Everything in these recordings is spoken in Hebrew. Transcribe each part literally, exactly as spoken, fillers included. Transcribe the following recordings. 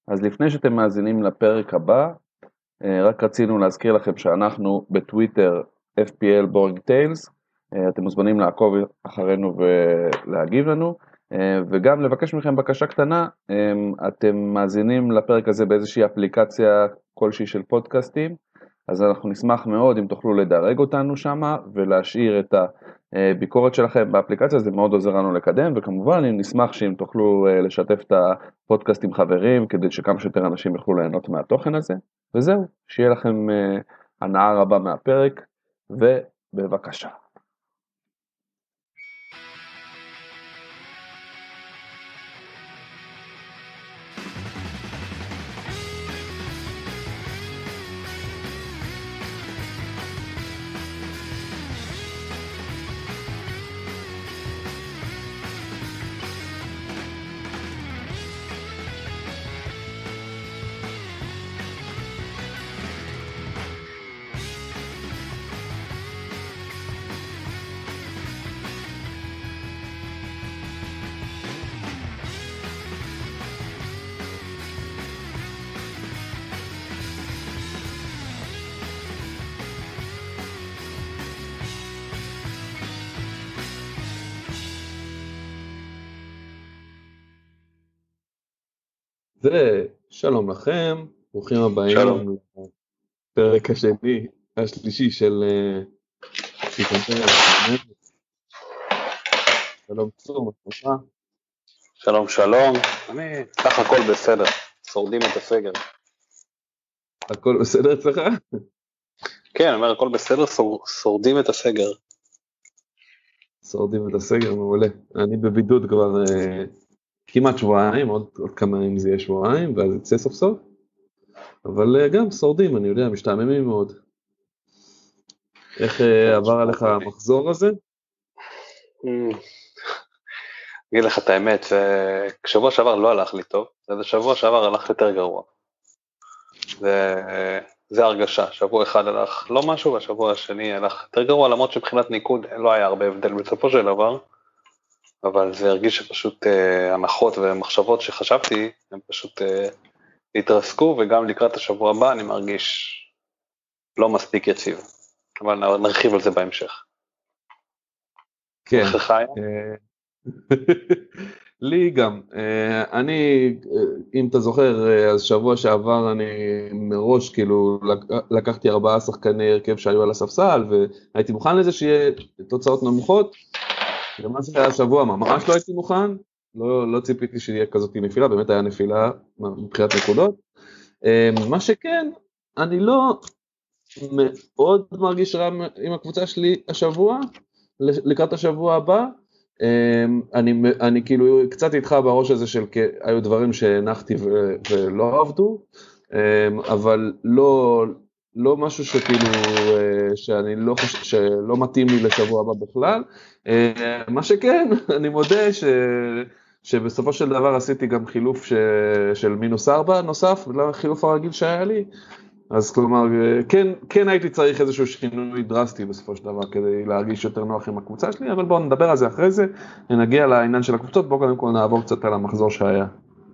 אז לפני שאתם מאזינים לפרק הבא, רק רצינו להזכיר לכם שאנחנו בטוויטר אף פי אל Boring Tales, אתם מוזמנים לעקוב אחרינו ולהגיב לנו, וגם לבקש מכם בקשה קטנה, אתם מאזינים לפרק הזה באיזושהי אפליקציה כלשהי של פודקאסטים, אז אנחנו נשמח מאוד אם תוכלו לדרג אותנו שם ולהשאיר את הביקורת שלכם באפליקציה, זה מאוד עוזר לנו לקדם, וכמובן נשמח שאם תוכלו לשתף את הפודקאסט עם חברים, כדי שכמה שיותר אנשים יוכלו ליהנות מהתוכן הזה, וזהו, שיהיה לכם הנאה רבה מהפרק, ובבקשה. ושלום לכם, ברוכים הבאים שלום. לפרק השני, השלישי של סיפנטריה. שלום צור, מה? שלום שלום, אני סך הכל בסדר, שורדים את הסגר. הכל בסדר אצלך? כן, אני אומר הכל בסדר, שורדים את הסגר. שורדים את הסגר, מעולה. אני בבידוד כבר אה, כמעט שבועיים, עוד, עוד כמה ימים זה יהיה שבועיים, ואז יצא סוף סוף. אבל אה, גם שורדים, אני יודע, משתעממים מאוד. איך אה, עבר עליך המחזור הזה? אגיד לך את האמת, כשבוע שעבר לא הלך לי טוב, זה שבוע שעבר הלך יותר גרוע. זה, זה הרגשה, שבוע אחד הלך לא משהו, והשבוע השני הלך יותר גרוע, למרות שבחינת ניקוד לא היה הרבה הבדל בסופו של דבר, אבל זה הרגיש שפשוט אה, הנחות ומחשבות שחשבתי, הם פשוט אה, התרסקו, וגם לקראת השבוע הבא אני מרגיש לא מספיק יציב, אבל נרחיב על זה בהמשך. כן. איך חי? לי גם, אני, אם אתה זוכר, אז שבוע שעבר אני מראש כאילו לקחתי ארבעה שחקני הרכב שהיו על הספסל, והייתי מוכן לזה שיהיה תוצאות נמוכות, ומה זה היה השבוע, ממש לא הייתי מוכן, לא, לא ציפיתי שיהיה כזאת נפילה, באמת היה נפילה מבחינת נקודות. מה שכן, אני לא מאוד מרגיש רע עם הקבוצה שלי השבוע, לקראת השבוע הבא, אני, אני כאילו קצת איתך בראש הזה של היו דברים שהנחתי ו, ולא עבדו, אבל לא, לא משהו שכאילו, שאני לא חושב, שלא מתאים לי לשבוע הבא בכלל. מה שכן, אני מודה ש, שבסופו של דבר עשיתי גם חילוף ש, של מינוס ארבע נוסף, לחילוף הרגיל שהיה לי, אז כלומר, כן, כן הייתי צריך איזשהו שינוי דרסטי בסופו של דבר, כדי להרגיש יותר נוח עם הקבוצה שלי, אבל בואו נדבר על זה אחרי זה, נגיע לעניין של הקבוצות, בואו קודם כל נעבור קצת על המחזור שהיה.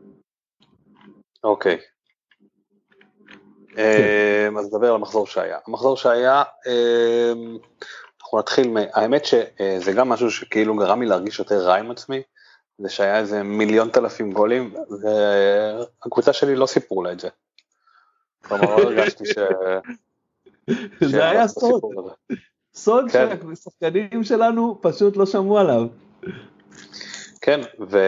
אוקיי. אז נדבר על המחזור שהיה. המחזור שהיה, אנחנו נתחיל, האמת שזה גם משהו שכאילו גרם לי להרגיש יותר רע עם עצמי, זה שהיה איזה מיליון תלפים גולים, והקבוצה שלי לא סיפרו לה את זה. כלומר, לא הרגשתי ש... זה היה סוד, סוד שהשחקנים שלנו פשוט לא שמעו עליו. כן,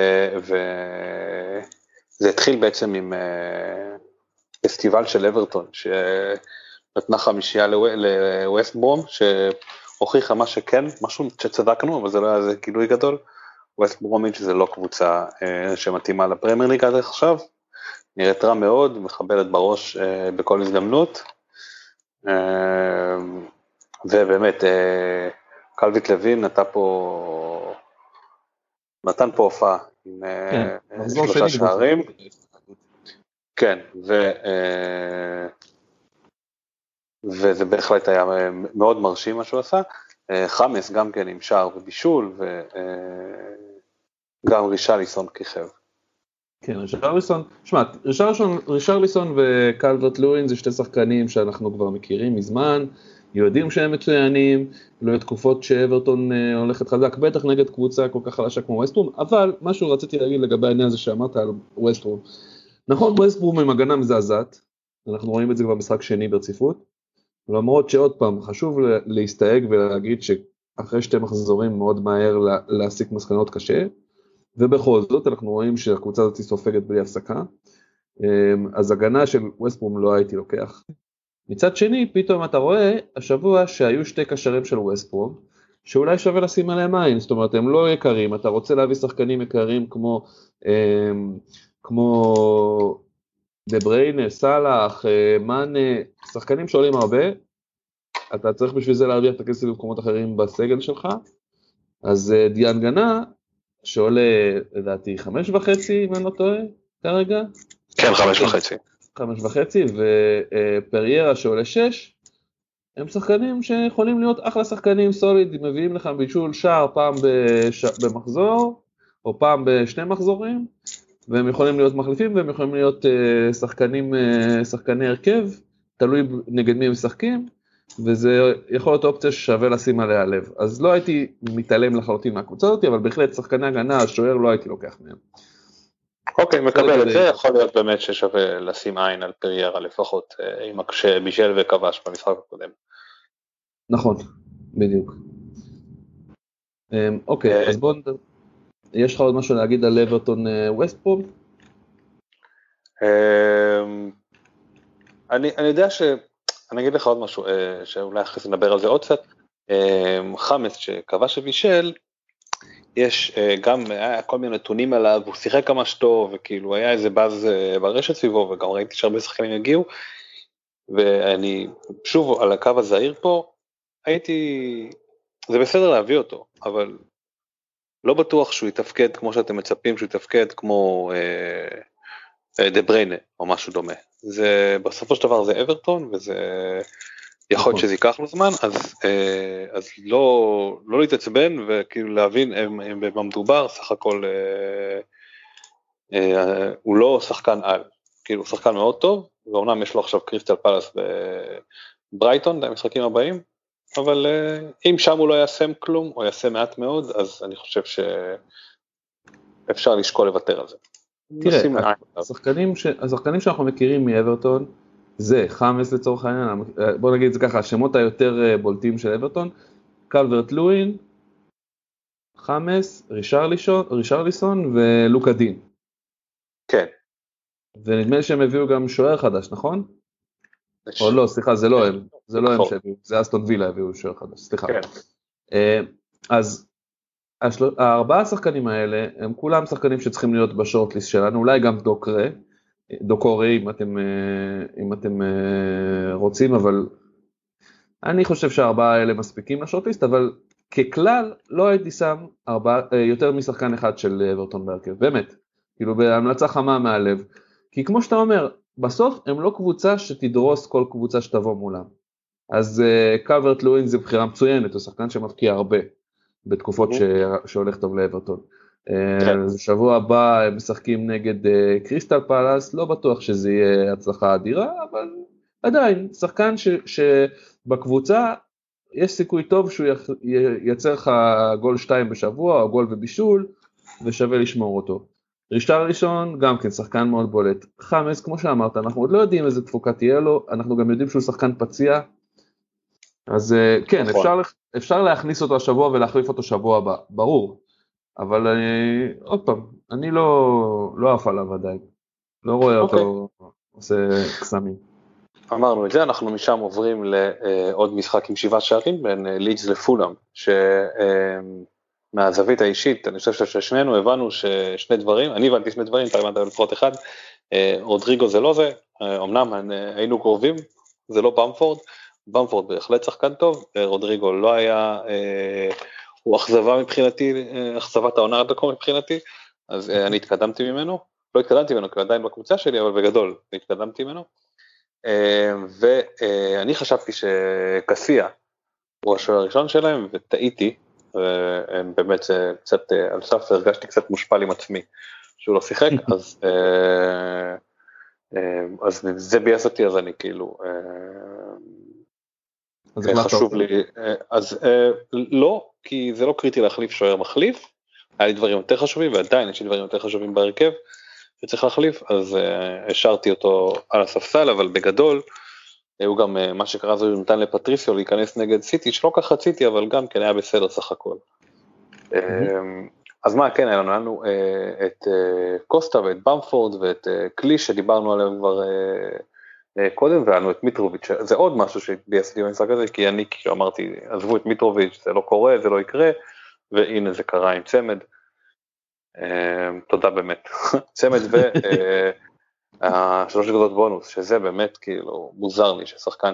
וזה התחיל בעצם עם פסטיבל של אברטון, שנתנה חמישייה לווסט ברום, שהוכיחה מה שכן, משהו שצדקנו, אבל זה לא היה איזה גילוי גדול, ווסט ברומיץ' זה לא קבוצה שמתאימה לפרמייר ליג עד עכשיו, נראית רע מאוד, מחבלת בראש אה, בכל הזדמנות, אה, ובאמת, אה, קלוויט לוין נתן פה, נתן פה הופעה עם כן, אה, שלושה שערים, כן, ו, אה, וזה בהחלט היה מאוד מרשים מה שהוא עשה, אה, חמאס גם כן עם שער ובישול, וגם אה, רישליסון כיכב. כן, רישרליסון, שמע, רישרליסון וקלברט לואין זה שתי שחקנים שאנחנו כבר מכירים מזמן, יודעים שהם מצוינים, לא תקופות שאברטון הולכת חזק, בטח נגד קבוצה כל כך חלשה כמו ווסטברום, אבל משהו רציתי להגיד לגבי העניין הזה שאמרת על ווסטברום. נכון, ווסטברום עם הגנה מזעזעת, אנחנו רואים את זה כבר משחק שני ברציפות, למרות שעוד פעם חשוב להסתייג ולהגיד שאחרי שתי מחזורים מאוד מהר להסיק מסקנות קשה, ובכל זאת אנחנו רואים שהקבוצה הזאת סופגת בלי הפסקה, אז הגנה של ווסטברום לא הייתי לוקח. מצד שני, פתאום אתה רואה השבוע שהיו שתי קשרים של ווסטברום, שאולי שווה לשים עליהם עין, זאת אומרת הם לא יקרים, אתה רוצה להביא שחקנים יקרים כמו, כמו דבריינה, סלאח, מאנה, שחקנים שעולים הרבה, אתה צריך בשביל זה להרוויח את הכסף במקומות אחרים בסגל שלך, אז דיאן גנה, שעולה לדעתי חמש וחצי, אם אני לא טועה, כרגע. כן, חמש וחצי. חמש וחצי, ופריירה שעולה שש, הם שחקנים שיכולים להיות אחלה שחקנים סוליד, מביאים לך בישול שער פעם בש... במחזור, או פעם בשני מחזורים, והם יכולים להיות מחליפים, והם יכולים להיות uh, שחקנים, uh, שחקני הרכב, תלוי נגד מי הם משחקים, וזה יכול להיות אופציה ששווה לשים עליה לב. אז לא הייתי מתעלם לחלוטין מהקבוצה הזאת, אבל בהחלט שחקני הגנה, השוער לא הייתי לוקח מהם. אוקיי, מקבל את זה, יכול להיות באמת ששווה לשים עין על פריירה לפחות, עם כשבישל וכבש במשחק הקודם. נכון, בדיוק. אוקיי, אז בואו, יש לך עוד משהו להגיד על אברטון ווסטברום? אני יודע ש... אני אגיד לך עוד משהו, שאולי אחרי זה נדבר על זה עוד קצת, חמאס שכבש ובישל, יש גם כל מיני נתונים עליו, הוא שיחק ממש טוב, וכאילו היה איזה באז ברשת סביבו, וגם ראיתי שהרבה שחקנים הגיעו, ואני שוב על הקו הזהיר פה, הייתי, זה בסדר להביא אותו, אבל לא בטוח שהוא יתפקד כמו שאתם מצפים שהוא יתפקד, כמו דבריינה או משהו דומה. זה בסופו של דבר זה אברטון, וזה יכול להיות שזה ייקח לו זמן, אז, אז לא, לא להתעצבן, וכאילו להבין במה מדובר, סך הכל, הוא לא שחקן על, כאילו הוא שחקן מאוד טוב, ואומנם יש לו עכשיו קריסטל פלאס בברייטון, במשחקים הבאים, אבל אם שם הוא לא יעשה כלום, או יעשה מעט מאוד, אז אני חושב שאפשר לשקול לוותר על זה. תראה, השחקנים, ש... השחקנים שאנחנו מכירים מאברטון, זה חמאס לצורך העניין, בוא נגיד את זה ככה, השמות היותר בולטים של אברטון, קלברט לואין, חמאס, רישרליסון ולוקה דין. כן. ונדמה לי שהם הביאו גם שוער חדש, נכון? או לא, סליחה, זה לא הם, זה לא הם שהביאו, זה אסטון וילה הביאו שוער חדש, סליחה. אז הארבעה השחקנים האלה, הם כולם שחקנים שצריכים להיות בשורטליסט שלנו, אולי גם דוקרה, דוקורי אם אתם, אם אתם רוצים, אבל אני חושב שהארבעה האלה מספיקים לשורטליסט, אבל ככלל לא הייתי שם ארבעה, יותר משחקן אחד של אברטון בהרכב, באמת, כאילו בהמלצה חמה מהלב, כי כמו שאתה אומר, בסוף הם לא קבוצה שתדרוס כל קבוצה שתבוא מולם, אז קלברט לואין זה בחירה מצוינת, הוא שחקן שמפקיע הרבה, בתקופות ש... שהולך טוב לאברטון. כן. שבוע הבא הם משחקים נגד קריסטל פלאס, לא בטוח שזה יהיה הצלחה אדירה, אבל עדיין, שחקן ש... שבקבוצה יש סיכוי טוב שהוא ייצר לך גול שתיים בשבוע, או גול ובישול, ושווה לשמור אותו. רישרליסון גם כן שחקן מאוד בולט. חמאס, כמו שאמרת, אנחנו עוד לא יודעים איזה תפוקה תהיה לו, אנחנו גם יודעים שהוא שחקן פציע, אז כן, נכון. אפשר, אפשר להכניס אותו השבוע ולהחליף אותו שבוע הבא, ברור, אבל אני, עוד פעם, אני לא, לא אף עליו עדיין, לא רואה אוקיי. אותו עושה קסמים. אמרנו את זה, אנחנו משם עוברים לעוד משחק עם שבעה שערים בין לידס לפולאם, שמהזווית האישית, אני חושב ששנינו הבנו ששני דברים, אני הבנתי שני דברים, אתה הבנת לפחות אחד, רודריגו זה לא זה, אמנם היינו קרובים, זה לא במפורד, במפורד בהחלט שחקן טוב, רודריגו לא היה, הוא אכזבה מבחינתי, אכזבת העונה עד הכל מבחינתי, אז אני התקדמתי ממנו, לא התקדמתי ממנו, כי עדיין בקבוצה שלי, אבל בגדול התקדמתי ממנו, ואני חשבתי שקסיה הוא השוער הראשון שלהם, וטעיתי, באמת זה קצת על סף, הרגשתי קצת מושפל עם עצמי, שהוא לא שיחק, אז, אז זה בייס אותי, אז אני כאילו, חשוב לי, אז לא, כי זה לא קריטי להחליף שוער מחליף, היה לי דברים יותר חשובים, ועדיין יש לי דברים יותר חשובים בהרכב, שצריך להחליף, אז השארתי אותו על הספסל, אבל בגדול, הוא גם, מה שקרה זה, הוא נתן לפטריסיו להיכנס נגד סיטי, שלא ככה סיטי, אבל גם כן היה בסדר סך הכל. אז מה, כן, היה לנו את קוסטה ואת במפורד ואת קליש, שדיברנו עליהם כבר קודם, והיה לנו את מיטרוביץ', זה עוד משהו שהתבייסתי במשחק הזה, כי אני כאילו אמרתי, עזבו את מיטרוביץ', זה לא קורה, זה לא יקרה, והנה זה קרה עם צמד, תודה באמת, צמד והשלוש נקודות בונוס, שזה באמת כאילו מוזר לי, ששחקן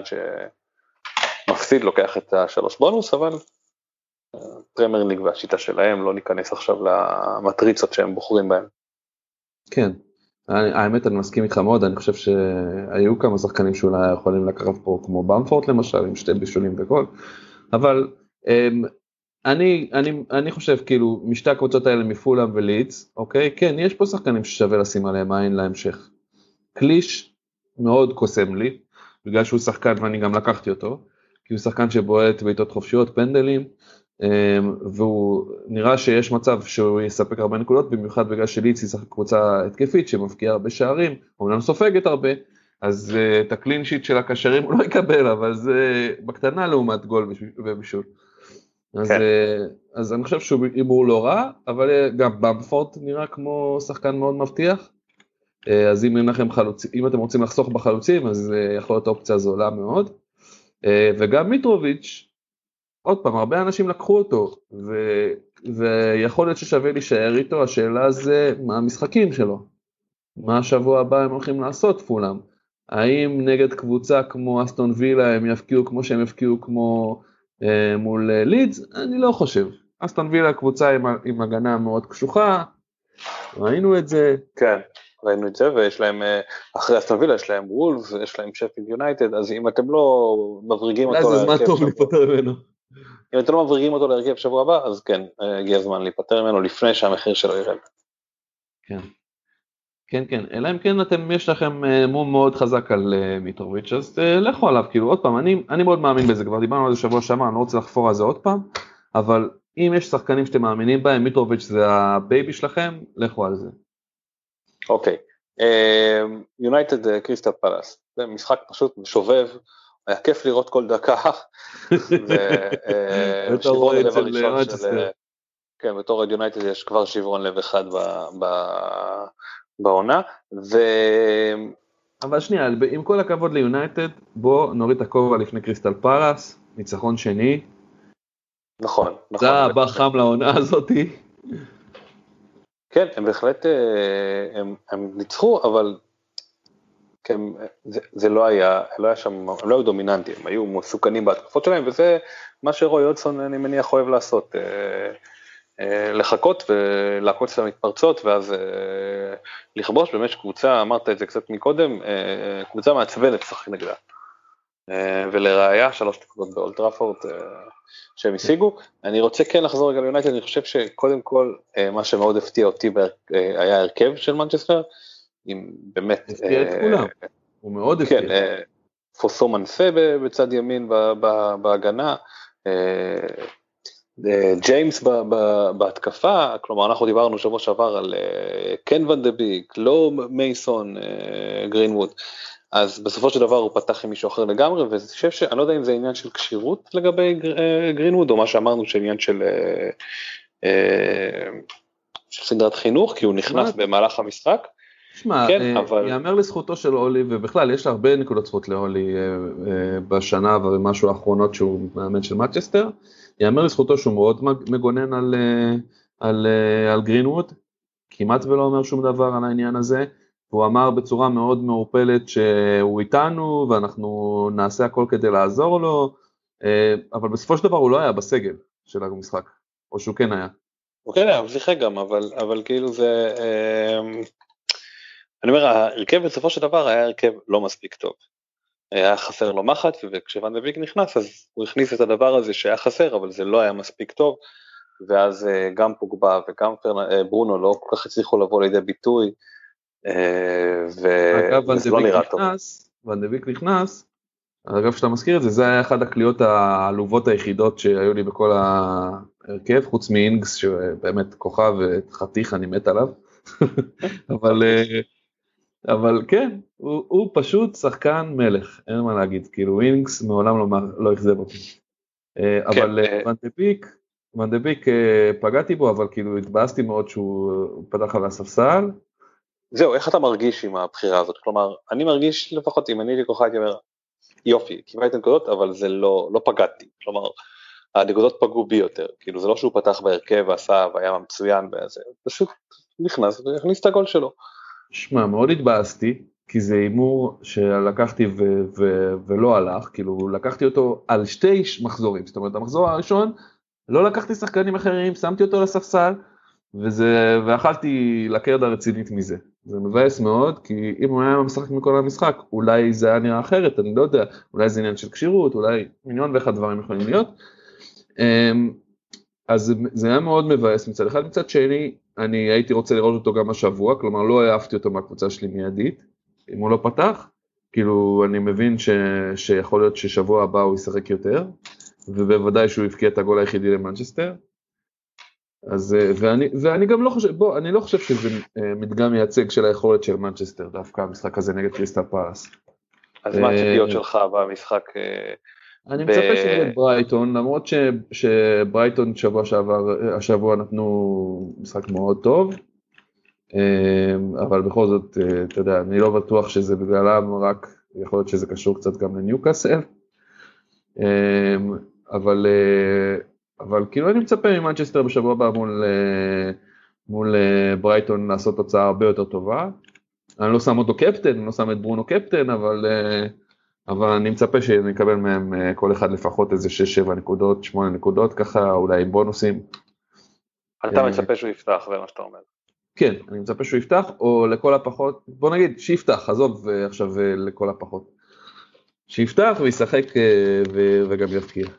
שמפסיד לוקח את השלוש בונוס, אבל פרמייר ליג והשיטה שלהם, לא ניכנס עכשיו למטריצות שהם בוחרים בהם. כן, האמת אני מסכים איתך מאוד, אני חושב שהיו כמה שחקנים שאולי יכולים לקחת פה, כמו במפורט למשל, עם שתי בישולים וגול, אבל אני, אני, אני חושב כאילו, משתי הקבוצות האלה מפולאם ולידס, אוקיי? כן, יש פה שחקנים ששווה לשים עליהם עין להמשך. קליש מאוד קוסם לי, בגלל שהוא שחקן ואני גם לקחתי אותו, כי הוא שחקן שבועט בעיטות חופשיות, פנדלים, והוא נראה שיש מצב שהוא יספק הרבה נקודות, במיוחד בגלל שלידס היא קבוצה התקפית שמפקיעה הרבה שערים, אומנם סופגת הרבה, אז את הקלין שיט של הקשרים הוא לא יקבל, אבל זה בקטנה לעומת גול ובישול. אז, כן. אז אני חושב שהוא אימור לא רע, אבל גם במפורט נראה כמו שחקן מאוד מבטיח, אז אם, לכם חלוצ... אם אתם רוצים לחסוך בחלוצים, אז יכול להיות אופציה זולה מאוד, וגם מיטרוביץ', עוד פעם, הרבה אנשים לקחו אותו, ו... ויכול להיות ששווה להישאר איתו, השאלה זה מה המשחקים שלו, מה השבוע הבא הם הולכים לעשות פולאם, האם נגד קבוצה כמו אסטון וילה הם יפקיעו כמו שהם יפקיעו כמו מול לידס? אני לא חושב. אסטון וילה קבוצה עם, עם הגנה מאוד קשוחה, ראינו את זה. כן, ראינו את זה, ויש להם, אחרי אסטון וילה יש להם וולף, יש להם שפילד יונייטד, אז אם אתם לא מבריגים אותו להרכב שבוע, טוב להיפטר ממנו. אם אתם לא מבריגים אותו להרכב שבוע הבא, אז כן, הגיע הזמן להיפטר ממנו לפני שהמחיר שלו ירד. כן. כן, כן, אלא אם כן אתם, יש לכם מום מאוד חזק על מיטרוביץ', אז לכו עליו, כאילו עוד פעם, אני, אני מאוד מאמין בזה, כבר דיברנו על זה שבוע שעבר, אני לא רוצה לחפור על זה עוד פעם, אבל אם יש שחקנים שאתם מאמינים בהם, מיטרוביץ' זה הבייבי שלכם, לכו על זה. אוקיי, יונייטד קריסטל פלאס, זה משחק פשוט משובב, היה כיף לראות כל דקה, ושברון הלב הראשון של, כן, בתור רד יונייטד יש כבר שברון לב אחד ב... בעונה, ו... אבל שנייה, עם כל הכבוד ליונייטד, בוא נוריד את הכובע לפני קריסטל פלאס, ניצחון שני. נכון, נכון. זה הבא חם לעונה הזאת. כן, הם בהחלט, הם, הם ניצחו, אבל כן, זה, זה לא היה, לא היה שם, הם לא היו דומיננטיים, הם היו מסוכנים בהתקפות שלהם, וזה מה שרוי הודסון אני מניח אוהב לעשות, לחכות ולעקוץ את המתפרצות, ואז לכבוש, באמת קבוצה, אמרת את זה קצת מקודם, קבוצה מעצבנת לשחק נגדה, ולראיה שלוש נקודות באולד טראפורד שהם השיגו. אני רוצה כן לחזור רגע ליונייטד, אני חושב שקודם כל, מה שמאוד הפתיע אותי היה הרכב של מנצ'סטר, עם באמת... הפתיע את כולם, הוא מאוד הפתיע. כן, פוסו מנסה בצד ימין בהגנה, ג'יימס בהתקפה, כלומר אנחנו דיברנו שבוע שעבר על קן ון דה ביק, לא מייסון, גרינווד, אז בסופו של דבר הוא פתח עם מישהו אחר לגמרי, ואני חושב שאני לא יודע אם זה עניין של קשירות לגבי גרינווד, או מה שאמרנו שעניין של סדרת חינוך, כי הוא נכנס במהלך המשחק. תשמע, יאמר לזכותו של אולי, ובכלל יש הרבה נקודות זכות לאולי בשנה ומשהו האחרונות שהוא מאמן של מנצ'סטר, יאמר לזכותו שהוא מאוד מגונן על, על, על גרינווד, כמעט ולא אומר שום דבר על העניין הזה, והוא אמר בצורה מאוד מעורפלת שהוא איתנו, ואנחנו נעשה הכל כדי לעזור לו, אבל בסופו של דבר הוא לא היה בסגל של המשחק, או שהוא כן היה. הוא כן היה, הוא שיחק גם, אבל, אבל כאילו זה, אני אומר, ההרכב בסופו של דבר היה הרכב לא מספיק טוב. היה חסר לו מחט, וכשוון דה ביק נכנס, אז הוא הכניס את הדבר הזה שהיה חסר, אבל זה לא היה מספיק טוב, ואז גם פוגבה וגם ברונו לא כל כך הצליחו לבוא לידי ביטוי, וזה לא נראה טוב. ואן דה ביק נכנס, אגב שאתה מזכיר את זה, זה היה אחד הקליעות העלובות היחידות שהיו לי בכל ההרכב, חוץ מאינגס שבאמת כוכב וחתיך, אני מת עליו, אבל, אבל כן, הוא, הוא פשוט שחקן מלך, אין מה להגיד, כאילו אינגס מעולם לא, לא יחזב אותי, אבל ואן דה ביק, ואן דה ביק פגעתי בו, אבל כאילו התבאסתי מאוד שהוא פתח על הספסל. זהו, איך אתה מרגיש עם הבחירה הזאת? כלומר, אני מרגיש לפחות, אם אני לי כוחה, הייתי אומר, יופי, קיבלתי נקודות, אבל זה לא, לא פגעתי, כלומר, הנקודות פגעו בי יותר, כאילו זה לא שהוא פתח בהרכב ועשה והיה מצוין בזה, פשוט נכנס והכניס את הגול שלו. שמע, מאוד התבאסתי, כי זה אימור שלקחתי ו- ו- ולא הלך, כאילו לקחתי אותו על שתי מחזורים, זאת אומרת, המחזור הראשון, לא לקחתי שחקנים אחרים, שמתי אותו לספסל, וזה, ואכלתי לקרד הרצינית מזה. זה מבאס מאוד, כי אם הוא היה משחק מכל המשחק, אולי זה היה נראה אחרת, אני לא יודע, אולי זה עניין של קשירות, אולי מיליון ואחד דברים יכולים להיות. אז זה היה מאוד מבאס מצד אחד, מצד שני, אני הייתי רוצה לראות אותו גם השבוע, כלומר לא העפתי אותו מהקבוצה שלי מיידית, אם הוא לא פתח, כאילו אני מבין ש, שיכול להיות ששבוע הבא הוא ישחק יותר, ובוודאי שהוא יבקיע את הגול היחידי למנצ'סטר, אז, ואני, ואני גם לא חושב, בוא, אני לא חושב שזה מדגם מייצג של היכולת של מנצ'סטר, דווקא המשחק הזה נגד קריסטל פלאס. אז מה הציפיות שלך במשחק? אני מצפה שנגד ברייטון, למרות ש, שברייטון שבוע שעבר, השבוע נתנו משחק מאוד טוב, אבל בכל זאת, אתה יודע, אני לא בטוח שזה בגללם, רק יכול להיות שזה קשור קצת גם לניוקאסל, אבל... אבל כאילו אני מצפה ממנצ'סטר בשבוע הבא מול, מול ברייטון לעשות תוצאה הרבה יותר טובה. אני לא שם אותו קפטן, אני לא שם את ברונו קפטן, אבל, אבל אני מצפה שנקבל מהם כל אחד לפחות איזה שש שבע נקודות, שמונה נקודות, ככה אולי עם בונוסים. אתה מצפה שהוא יפתח, זה מה שאתה אומר. כן, אני מצפה שהוא יפתח, או לכל הפחות, בוא נגיד שיפתח, עזוב עכשיו לכל הפחות. שיפתח וישחק וגם יפקיע.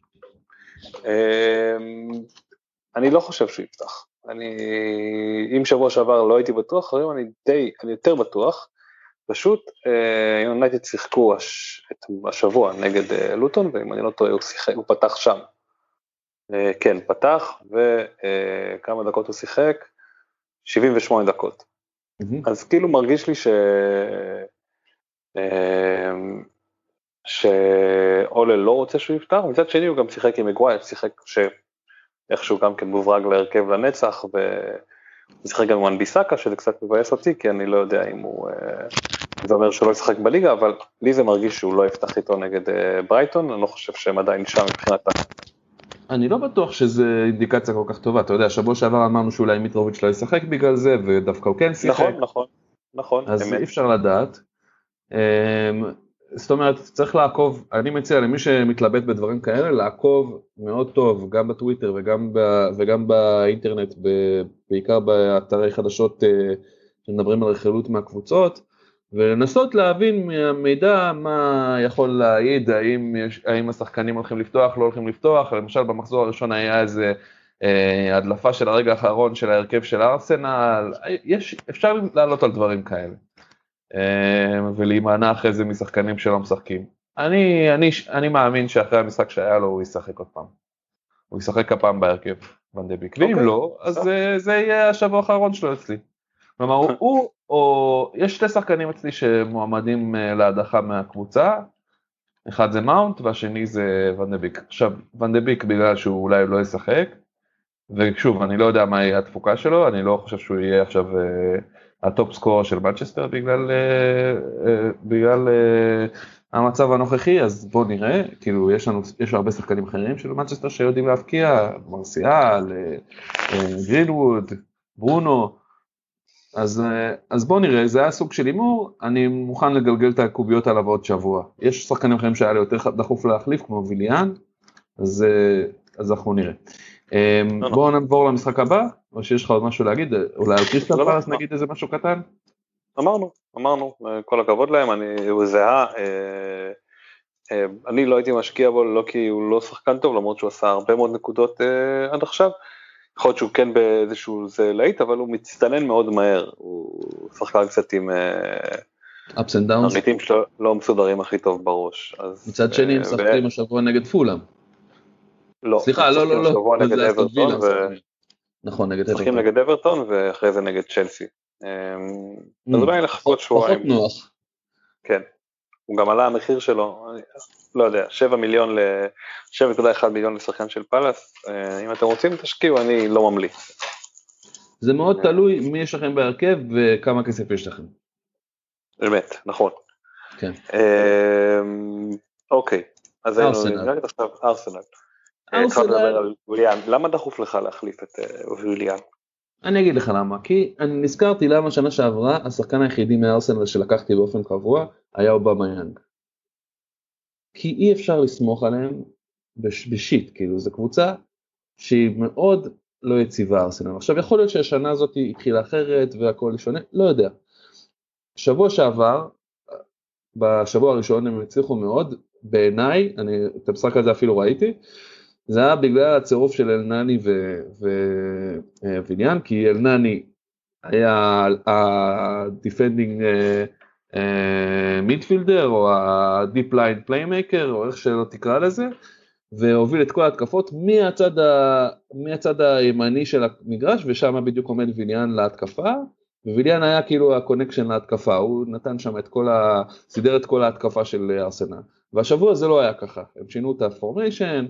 אני לא חושב שהוא יפתח, אני, אם שבוע שעבר לא הייתי בטוח, היום אני די, אני יותר בטוח, פשוט יונייטד שיחקו את השבוע נגד לוטון, ואם אני לא טועה הוא שיחק, הוא פתח שם, כן, פתח, וכמה דקות הוא שיחק, שבעים ושמונה דקות, אז כאילו מרגיש לי ש... שאולה לא רוצה שהוא יפתח, מצד שני הוא גם שיחק עם מגווייר, שיחק שאיכשהו גם כן מוברג להרכב לנצח, ושיחק גם עם אנביסקה, שזה קצת מבאס אותי, כי אני לא יודע אם הוא, זה אומר שהוא לא ישחק בליגה, אבל לי זה מרגיש שהוא לא יפתח איתו נגד ברייטון, אני לא חושב שהם עדיין שם מבחינתה. אני לא בטוח שזה אינדיקציה כל כך טובה, אתה יודע, שבוע שעבר אמרנו שאולי מיטרוביץ' לא ישחק בגלל זה, ודווקא הוא כן שיחק. נכון, נכון, נכון. אז אי אפשר לדעת. זאת אומרת, צריך לעקוב, אני מציע למי שמתלבט בדברים כאלה, לעקוב מאוד טוב, גם בטוויטר וגם, ב, וגם באינטרנט, ב, בעיקר באתרי חדשות שמדברים על רכילות מהקבוצות, ולנסות להבין מהמידע מה יכול להעיד, האם, יש, האם השחקנים הולכים לפתוח, לא הולכים לפתוח, למשל במחזור הראשון היה איזה אה, הדלפה של הרגע האחרון של ההרכב של ארסנל, יש, אפשר לעלות על דברים כאלה. ולהימנע אחרי זה משחקנים שלא משחקים. אני, אני, אני מאמין שאחרי המשחק שהיה לו הוא ישחק עוד פעם. הוא ישחק הפעם בהרכב ואן דה ביק. ואם לא, אז זה, זה יהיה השבוע האחרון שלו אצלי. כלומר, הוא, הוא או יש שתי שחקנים אצלי שמועמדים להדחה מהקבוצה. אחד זה מאונט והשני זה ואן דה ביק. עכשיו, ואן דה ביק בגלל שהוא אולי לא ישחק. ושוב, אני לא יודע מה יהיה התפוקה שלו, אני לא חושב שהוא יהיה עכשיו הטופ סקורר של מנצ'סטר בגלל, בגלל המצב הנוכחי, אז בואו נראה, כאילו יש לנו, יש הרבה שחקנים אחרים של מנצ'סטר שיודעים להפקיע, מרסיאל, גרינווד, ברונו, אז, אז בואו נראה, זה היה סוג של אימור, אני מוכן לגלגל את הקוביות עליו עוד שבוע, יש שחקנים אחרים שהיה לי יותר דחוף להחליף, כמו ויליאן, אז, אז אנחנו נראה. בואו נעבור למשחק הבא, או שיש לך עוד משהו להגיד, אולי על קריסטל פלאס נגיד איזה משהו קטן? אמרנו, אמרנו, כל הכבוד להם, אני, הוא זהה, אני לא הייתי משקיע בו, לא כי הוא לא שחקן טוב, למרות שהוא עשה הרבה מאוד נקודות עד עכשיו, יכול להיות שהוא כן באיזשהו זה להיט, אבל הוא מצטנן מאוד מהר, הוא שחקן קצת עם ups and downs, הרהיטים שלו לא מסודרים הכי טוב בראש. מצד שני הם שחקים השבוע נגד פולאם. לא, סליחה, לא, לא, לא, השבוע נגד אברטון, נכון, נגד משחקים נגד אברטון, ואחרי זה נגד צ'לסי. אז אולי לחכות שבועיים. פחות נוח. כן, הוא גם עלה המחיר שלו, לא יודע, שבע מיליון, שבע נקודה אחת מיליון לשחקן של פלאס, אם אתם רוצים תשקיעו, אני לא ממליץ. זה מאוד תלוי מי יש לכם בהרכב וכמה כסף יש לכם. באמת, נכון. כן. אוקיי, אז היינו ארסנל. עכשיו ארסנל. התחלנו לדבר על וויליאן, למה דחוף לך להחליף את וויליאן? אני אגיד לך למה, כי אני נזכרתי למה שנה שעברה, השחקן היחידי מארסנל שלקחתי באופן קבוע, היה אובמיאנג. כי אי אפשר לסמוך עליהם בשיט, כאילו זו קבוצה שהיא מאוד לא יציבה ארסנל. עכשיו יכול להיות שהשנה הזאת היא התחילה אחרת והכל שונה, לא יודע. שבוע שעבר, בשבוע הראשון הם הצליחו מאוד, בעיניי, אני את המשחק הזה אפילו ראיתי, זה היה בגלל הצירוף של אלנני וויליאן, כי אלנני היה ה-defending midfielder, או ה-deep line playmaker, או איך שלא תקרא לזה, והוביל את כל ההתקפות מהצד, ה... מהצד הימני של המגרש, ושם בדיוק עומד ויליאן להתקפה, וויליאן היה כאילו הקונקשן להתקפה, הוא נתן שם את כל ה... סידר את כל ההתקפה של ארסנל, והשבוע זה לא היה ככה, הם שינו את הפורמיישן,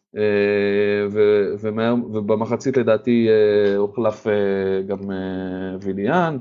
ובמחצית לדעתי הוחלף גם ויליאן,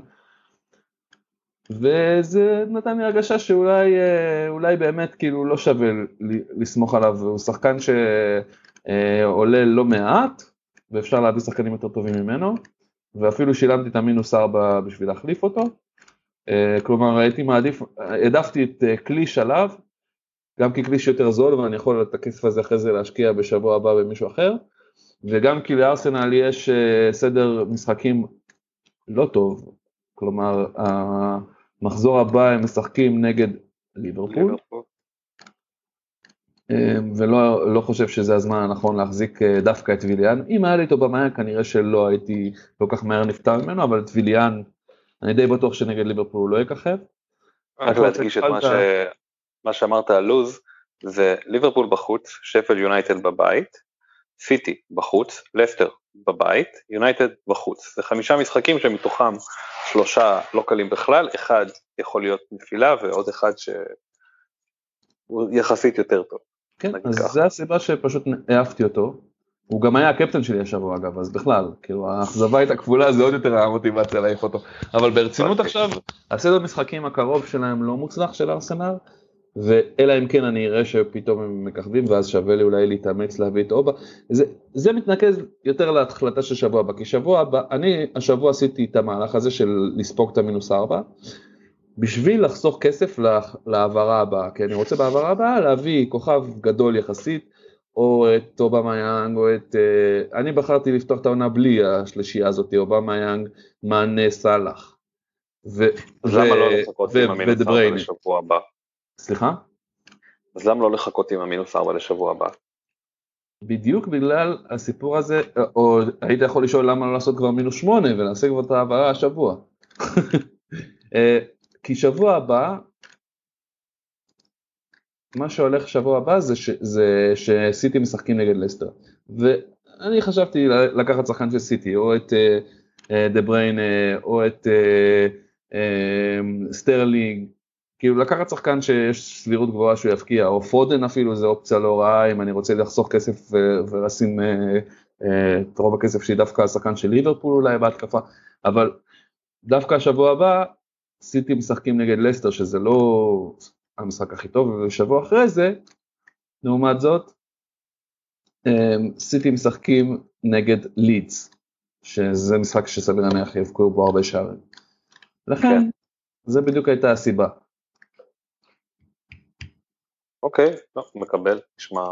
וזה נתן לי הרגשה שאולי אולי באמת כאילו לא שווה לסמוך עליו, הוא שחקן שעולה לא מעט, ואפשר להביא שחקנים יותר טובים ממנו, ואפילו שילמתי את המינוס ארבע בשביל להחליף אותו, כלומר הייתי מעדיף, העדפתי את קליש עליו, גם כי קליש יותר זול, ואני יכול את הכסף הזה אחרי זה להשקיע בשבוע הבא במישהו אחר, וגם כי לארסנל יש סדר משחקים לא טוב, כלומר, המחזור הבא הם משחקים נגד ליברפול, ולא לא חושב שזה הזמן הנכון להחזיק דווקא את ויליאן, אם היה לי איתו במאיה כנראה שלא הייתי כל כך מהר נפטר ממנו, אבל את ויליאן, אני די בטוח שנגד ליברפול הוא לא יככב. רק להדגיש את מה ש... מה שאמרת על לוז, זה ליברפול בחוץ, שפל יונייטד בבית, סיטי בחוץ, לסטר בבית, יונייטד בחוץ. זה חמישה משחקים שמתוכם שלושה לא קלים בכלל, אחד יכול להיות נפילה, ועוד אחד שהוא יחסית יותר טוב. כן, אז זו הסיבה שפשוט העפתי אותו. הוא גם היה הקפטן שלי השבוע אגב, אז בכלל, כאילו האכזבה הייתה כפולה, זה עוד יותר המוטיבציה להעיף אותו. אבל ברצינות עכשיו, הסדר משחקים הקרוב שלהם לא מוצלח של ארסנל, ואלא אם כן אני אראה שפתאום הם מככבים, ואז שווה לי אולי להתאמץ להביא את אובה. זה, זה מתנקז יותר להחלטה של שבוע הבא, כי שבוע הבא, אני השבוע עשיתי את המהלך הזה של לספוג את המינוס ארבע, בשביל לחסוך כסף להעברה הבאה, כי אני רוצה בהעברה הבאה להביא כוכב גדול יחסית, או את אובמיאנג, או את, אני בחרתי לפתוח את העונה בלי השלישייה הזאת, אובמיאנג, מאנה, סלאח. ו, אז למה לא לחכות עם המינוס ארבע לשבוע הבא? סליחה? אז למה לא לחכות עם המינוס ארבע לשבוע הבא? בדיוק בגלל הסיפור הזה, או היית יכול לשאול למה לא לעשות כבר מינוס שמונה, ולעשה כבר את העברה השבוע. כי שבוע הבא, מה שהולך שבוע הבא זה, ש, זה שסיטי משחקים נגד לסטר, ואני חשבתי לקחת שחקן של סיטי, או את דה בריין, או את סטרלינג, כאילו לקחת שחקן שיש סבירות גבוהה שהוא יפקיע, או פודן אפילו, זה אופציה לא רעה, אם אני רוצה לחסוך כסף ולשים את רוב הכסף שלי דווקא השחקן של ליברפול אולי בהתקפה, אבל דווקא השבוע הבא, סיטי משחקים נגד לסטר, שזה לא המשחק הכי טוב, ושבוע אחרי זה, לעומת זאת, סיטי משחקים נגד לידס, שזה משחק שסביר להניח יבקעו בו הרבה שערים. לכן, זה בדיוק הייתה הסיבה. אוקיי, לא, מקבל, נשמע,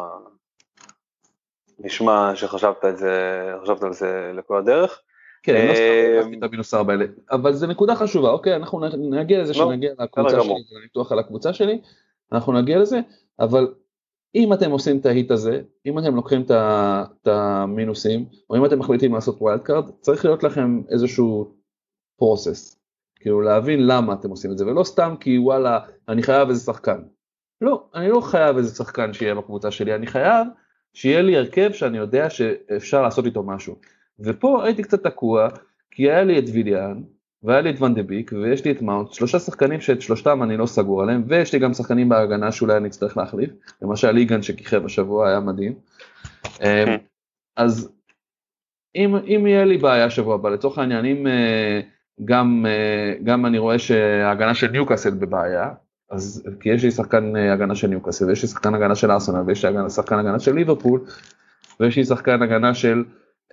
נשמע שחשבת את זה, חשבת על זה לכל הדרך. כן, לא סתם, את המינוס ארבע האלה, אבל זה נקודה חשובה, אוקיי, אנחנו נגיע לזה שנגיע לקבוצה שלי, לניתוח על הקבוצה שלי, אנחנו נגיע לזה, אבל אם אתם עושים את ההיט הזה, אם אתם לוקחים את המינוסים, או אם אתם מחליטים לעשות ווילד קארד, צריך להיות לכם איזשהו פרוסס, כאילו להבין למה אתם עושים את זה, ולא סתם כי וואלה, אני חייב איזה שחקן. לא, אני לא חייב איזה שחקן שיהיה בקבוצה שלי, אני חייב שיהיה לי הרכב שאני יודע שאפשר לעשות איתו משהו. ופה הייתי קצת תקוע, כי היה לי את ויליאן, והיה לי את ון דה ביק, ויש לי את מאונט, שלושה שחקנים שאת שלושתם אני לא סגור עליהם, ויש לי גם שחקנים בהגנה שאולי אני אצטרך להחליף, למשל ליגן שכיכב השבוע, היה מדהים. אז אם, אם יהיה לי בעיה שבוע הבא, לצורך העניין, אם גם, גם אני רואה שההגנה של ניוקאסל בבעיה, אז כי יש לי שחקן הגנה של ניוקאסל, ויש לי שחקן הגנה של ארסנל, ויש לי שחקן הגנה של ליברפול, ויש לי שחקן הגנה של,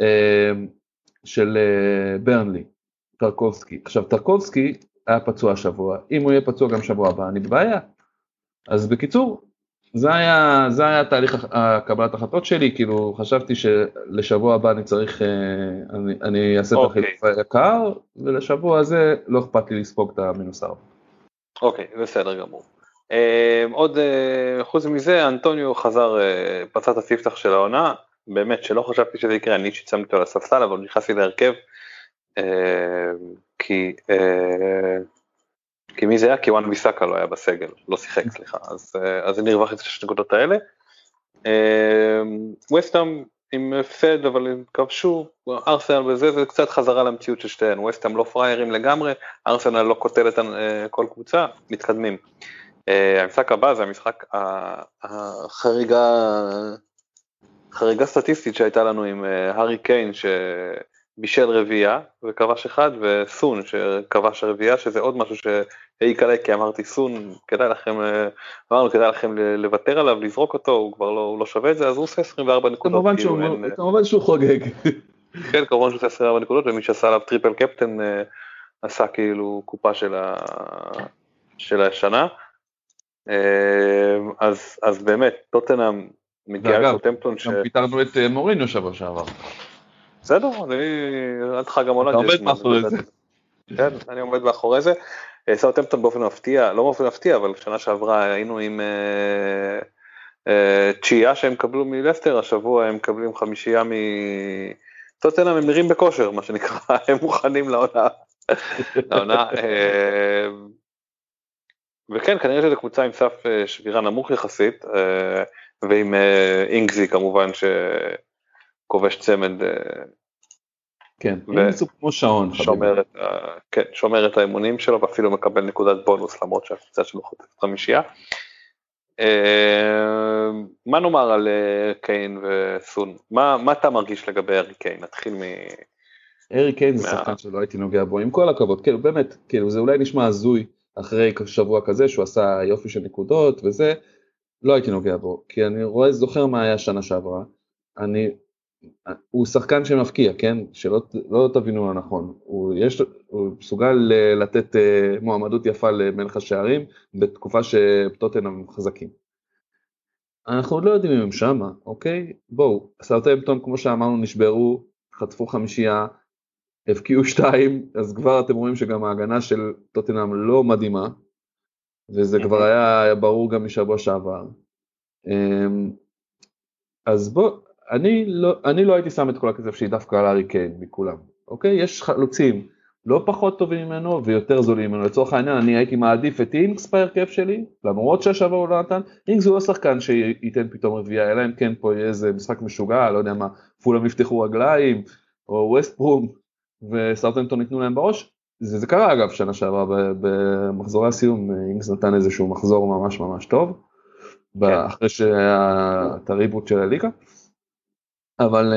של ברנלי, טרקובסקי. עכשיו, טרקובסקי היה פצוע שבוע, אם הוא יהיה פצוע גם שבוע הבא, אני בבעיה. אז בקיצור, זה היה, זה היה תהליך הקבלת החלטות שלי, כאילו חשבתי שלשבוע הבא אני צריך, אני, אני אעשה את החילוף היקר, ולשבוע הזה לא אכפת לי לספוג את המינוס ארבע. אוקיי, בסדר גמור. עוד חוץ מזה, אנטוניו חזר, פצע את הספתח של העונה, באמת שלא חשבתי שזה יקרה, אני שיצמתי אותו לספסל, אבל נכנסתי להרכב, כי, כי מי זה היה? כי וואן ביסאקה לא היה בסגל, לא שיחק, סליחה, אז, אז אני הרווחתי את השתי נקודות האלה. ווסטהאם עם הפסד, אבל הם כבשו, ארסנל וזה, זה קצת חזרה למציאות של שתיהן, ווסטהאם לא פריירים לגמרי, ארסנל לא קוטלת כל קבוצה, מתקדמים. המשחק הבא זה המשחק החריגה, חריגה סטטיסטית שהייתה לנו עם הארי קיין שבישל רביעייה וכבש אחד, וסון שכבש רביעייה, שזה עוד משהו שהעיק עליי, כי אמרתי סון, כדאי לכם, אמרנו כדאי לכם לוותר עליו, לזרוק אותו, הוא כבר לא, הוא לא שווה את זה, אז הוא עושה עשרים וארבע נקודות. כמובן שהוא חוגג. כן, כמובן שהוא עושה עשרים וארבע נקודות, ומי שעשה עליו טריפל קפטן עשה כאילו קופה של, ה... של השנה. אז, אז באמת, טוטנהאם מגיעה לסאות'המפטון ש... גם פיתרנו את מוריניו שבוע שעבר. בסדר, אני עד חג המולד. אתה עומד מאחורי זה. כן, אני עומד מאחורי זה. סאות'המפטון באופן מפתיע, לא באופן מפתיע, אבל שנה שעברה היינו עם תשיעייה שהם קבלו מלסטר, השבוע הם מקבלים חמישייה מטוטנהאם, הם נראים בכושר, מה שנקרא, הם מוכנים לעונה. לעונה. וכן, כנראה שזו קבוצה עם סף שבירה נמוך יחסית, ועם אינגזי כמובן שכובש צמד. כן, אינגזי הוא כמו שעון. שומר את, כן, שומר את האמונים שלו, ואפילו מקבל נקודת בונוס, למרות שהקבוצה שלו חוטפת חמישייה. מה נאמר על קיין וסון? מה, מה אתה מרגיש לגבי ארי קיין? נתחיל מ... ארי קיין זה שחקן שלא הייתי נוגע בו, עם כל הכבוד, כאילו באמת, כאילו זה אולי נשמע הזוי, אחרי שבוע כזה שהוא עשה יופי של נקודות וזה, לא הייתי נוגע בו, כי אני רואה, זוכר מה היה שנה שעברה, אני, הוא שחקן שמפקיע, כן? שלא לא תבינו לא נכון, הוא, יש, הוא מסוגל לתת מועמדות יפה למלך השערים, בתקופה שטוטנהאם חזקים. אנחנו עוד לא יודעים אם הם שמה, אוקיי? בואו, סאות'המפטון כמו שאמרנו נשברו, חטפו חמישייה, הפקיעו שתיים, אז כבר אתם רואים שגם ההגנה של טוטנהאם לא מדהימה, וזה כבר היה ברור גם משבוע שעבר. אז בוא, אני לא, אני לא הייתי שם את כל הכסף שהיא דווקא על הארי קיין מכולם, אוקיי? יש חלוצים לא פחות טובים ממנו ויותר זולים ממנו, לצורך העניין אני הייתי מעדיף את אינגס בהרכב שלי, למרות שהשבוע הוא לא נתן, אינגס הוא לא שחקן שייתן פתאום רביעייה, אלא אם כן פה יהיה איזה משחק משוגע, לא יודע מה, פולהאם יפתחו רגליים, או ווסט ברום, וסאות'המפטון ניתנו להם בראש, זה, זה קרה אגב שנה שעברה, במחזורי הסיום, אינגס נתן איזשהו מחזור ממש ממש טוב, כן. אחרי שהיה את הריבוט של הליגה, אבל,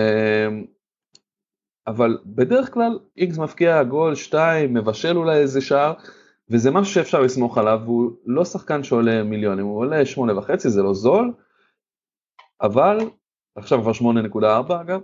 אבל בדרך כלל אינגס מפקיע גול, שתיים, מבשל אולי איזה שער, וזה משהו שאפשר לסמוך עליו, הוא לא שחקן שעולה מיליונים, הוא עולה שמונה וחצי, זה לא זול, אבל, עכשיו כבר שמונה נקודה ארבע אגב,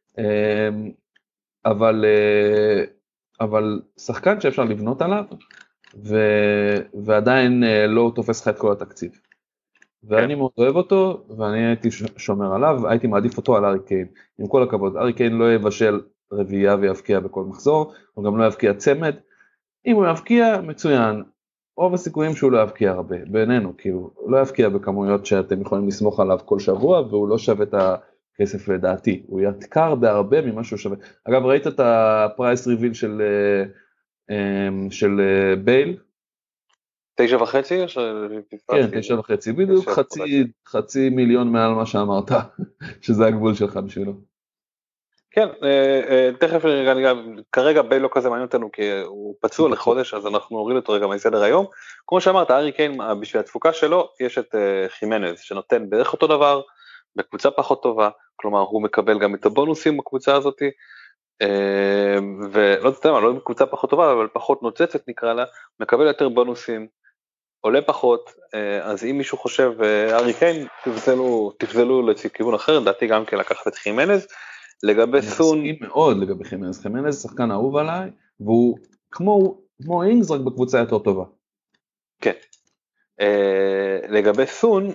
אבל, אבל שחקן שאפשר לבנות עליו, ו, ועדיין לא תופס לך את כל התקציב. ואני מאוד אוהב אותו, ואני הייתי שומר עליו, הייתי מעדיף אותו על הארי קיין. עם כל הכבוד, הארי קיין לא יבשל רביעייה ויבקיע בכל מחזור, הוא גם לא יבקיע צמד. אם הוא יבקיע, מצוין. רוב הסיכויים שהוא לא יבקיע הרבה, בינינו, כאילו, לא יבקיע בכמויות שאתם יכולים לסמוך עליו כל שבוע, והוא לא שווה את הכסף לדעתי, הוא יתקר בהרבה ממה שהוא שווה. אגב, ראית את הפרייס ריביל של, של בייל? תשע וחצי? כן, תשע וחצי, בדיוק חצי, חצי מיליון מעל מה שאמרת, שזה הגבול שלך בשבילו. כן, תכף כרגע בייל לא כזה מעניין אותנו כי הוא פצוע לחודש, אז אנחנו נוריד אותו רגע מסדר היום. כמו שאמרת, הארי קיין בשביל התפוקה שלו יש את חימנז שנותן בערך אותו דבר, בקבוצה פחות טובה, כלומר הוא מקבל גם את הבונוסים בקבוצה הזאת, ולא יודעת מה, לא בקבוצה פחות טובה אבל פחות נוצצת נקרא לה, מקבל יותר בונוסים, עולה פחות, אז אם מישהו חושב הארי קיין, תפזלו, תפזלו לכיוון אחר, דעתי גם כן לקחת את חימנז. לגבי סון, אני מסכים מאוד לגבי חימנז, חימנז שחקן אהוב עליי, והוא כמו, כמו אינגס רק בקבוצה יותר טובה. כן, לגבי סון,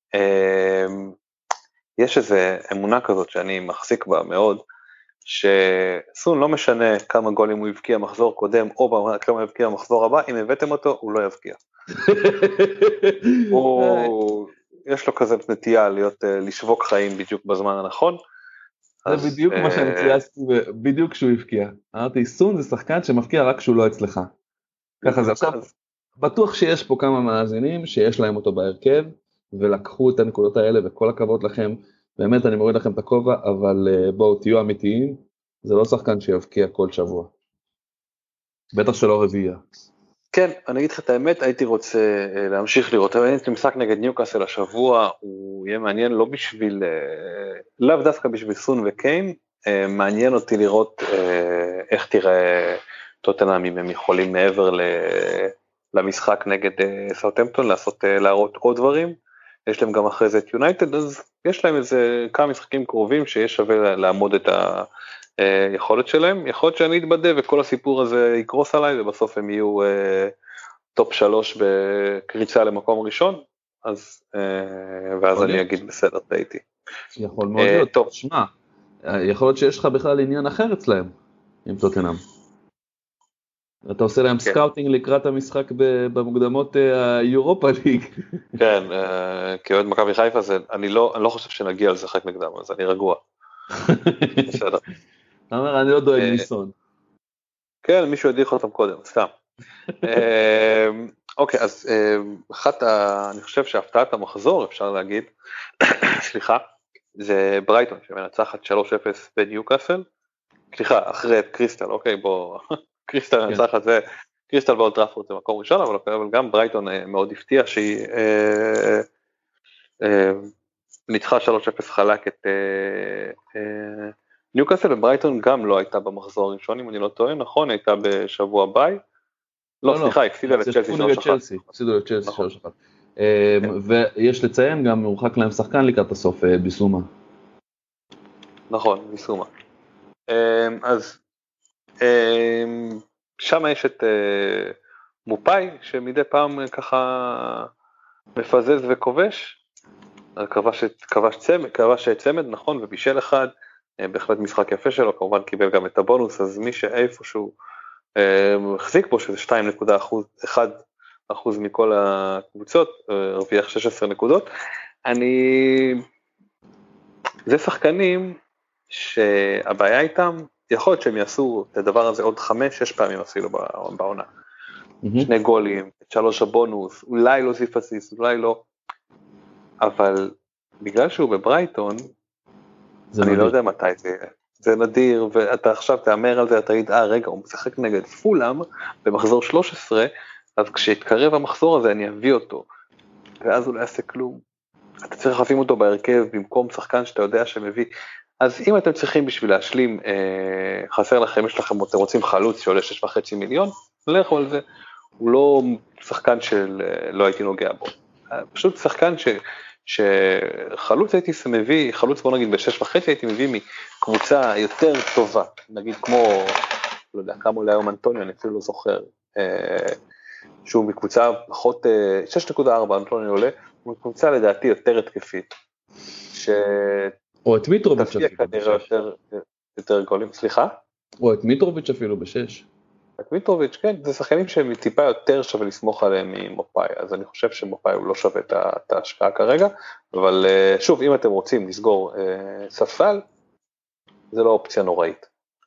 יש איזו אמונה כזאת שאני מחזיק בה מאוד, שסון לא משנה כמה גולים הוא יבקיע מחזור קודם, או כמה יבקיע מחזור הבא, אם הבאתם אותו, הוא לא יבקיע. יש לו כזה נטייה להיות, לשבוק חיים בדיוק בזמן הנכון. זה בדיוק מה שאני צייסתי, בדיוק כשהוא הבקיע. אמרתי, סון זה שחקן שמבקיע רק כשהוא לא אצלך. ככה זה עכשיו, בטוח שיש פה כמה מאזינים שיש להם אותו בהרכב, ולקחו את הנקודות האלה, וכל הכבוד לכם, באמת אני מוריד לכם את הכובע, אבל בואו תהיו אמיתיים, זה לא שחקן שיבקיע כל שבוע. בטח שלא רביעייה. כן, אני אגיד לך את האמת, הייתי רוצה להמשיך לראות, אבל אני משחק נגד ניוקאסל השבוע, הוא יהיה מעניין לא בשביל, לאו דווקא בשביל סון וקיין, מעניין אותי לראות איך תראה טוטנהאם אם הם יכולים מעבר למשחק נגד סאות'המפטון, לעשות, להראות עוד דברים, יש להם גם אחרי זה את יונייטד, אז יש להם איזה כמה משחקים קרובים שיש שווה לעמוד את ה... יכולת שלהם, יכול להיות שאני אתבדה וכל הסיפור הזה יקרוס עליי ובסוף הם יהיו אה, טופ שלוש בקריצה למקום ראשון, אז אה, ואז אני להיות. אגיד בסדר, דייתי. יכול מאוד אה, להיות, טוב. שמה, יכול להיות שיש לך בכלל עניין אחר אצלהם עם טוטנהאם. אתה עושה להם כן. סקאוטינג לקראת המשחק במוקדמות היורופה ליג. כן, אה, כאוהד מכבי חיפה, זה, אני, לא, אני לא חושב שנגיע לשחק נגדם, אז אני רגוע. בסדר. אתה אומר, אני לא דואג מסון. כן, מישהו ידיח אותם קודם, סתם. אוקיי, אז אחת, אני חושב שהפתעת המחזור, אפשר להגיד, סליחה, זה ברייטון, שמנצחת שלוש אפס בניוקאסל, סליחה, אחרי קריסטל, אוקיי, בוא, קריסטל מנצחת זה, קריסטל באולד טראפורד זה מקום ראשון, אבל גם ברייטון מאוד הפתיע שהיא ניצחה שלוש אפס חלק את ניוקאסל, וברייטון גם לא הייתה במחזור הראשון, אם אני לא טועה, נכון, הייתה בשבוע ביי, לא, סליחה, הפסידה לצ'לסי שלוש אחת. הפסידו לצ'לסי שלוש אחת. ויש לציין, גם מורחק להם שחקן לקראת הסוף, ביסומה. נכון, ביסומה. אז שם יש את מופאי, שמדי פעם ככה מפזז וכובש, כבש צמד, נכון, ובישל אחד, בהחלט משחק יפה שלו, כמובן קיבל גם את הבונוס, אז מי שאיפשהו החזיק בו, שזה שתיים נקודה אחת אחוז מכל הקבוצות, הרוויח שש עשרה נקודות. אני, זה שחקנים שהבעיה איתם, יכול להיות שהם יעשו את הדבר הזה עוד חמש, שש פעמים אפילו בעונה. Mm-hmm. שני גולים, את שלוש הבונוס, אולי לא זיפסיס, אולי לא, אבל בגלל שהוא בברייטון, אני נדיר. לא יודע מתי זה, זה נדיר, ואתה עכשיו תאמר על זה, אתה תגיד, אה רגע, הוא משחק נגד פולאם, במחזור שלוש עשרה, אז כשיתקרב המחזור הזה אני אביא אותו, ואז הוא לא יעשה כלום, אתה צריך להביא אותו בהרכב, במקום שחקן שאתה יודע שמביא, אז אם אתם צריכים בשביל להשלים, אה, חסר לכם, יש לכם, אתם רוצים חלוץ שעולה שש וחצי מיליון, לכו על זה, הוא לא שחקן של, לא הייתי נוגע בו, פשוט שחקן ש... שחלוץ הייתי מביא, חלוץ בוא נגיד בשש וחצי הייתי מביא מקבוצה יותר טובה, נגיד כמו, לא יודע, כמה עולה היום אנטוניו, אני אפילו לא זוכר, שהוא מקבוצה פחות, שש נקודה ארבע אנטוניו עולה, הוא מקבוצה לדעתי יותר התקפית, ש... או את מיטרוביץ' אפילו בשש. יותר גולים, סליחה? או את מיטרוביץ' אפילו בשש. מיטרוביץ', כן, זה שחקנים שהם טיפה יותר שווה לסמוך עליהם ממופאי, אז אני חושב שמופאי הוא לא שווה את ההשקעה כרגע, אבל שוב, אם אתם רוצים לסגור ספסל, זה לא אופציה נוראית.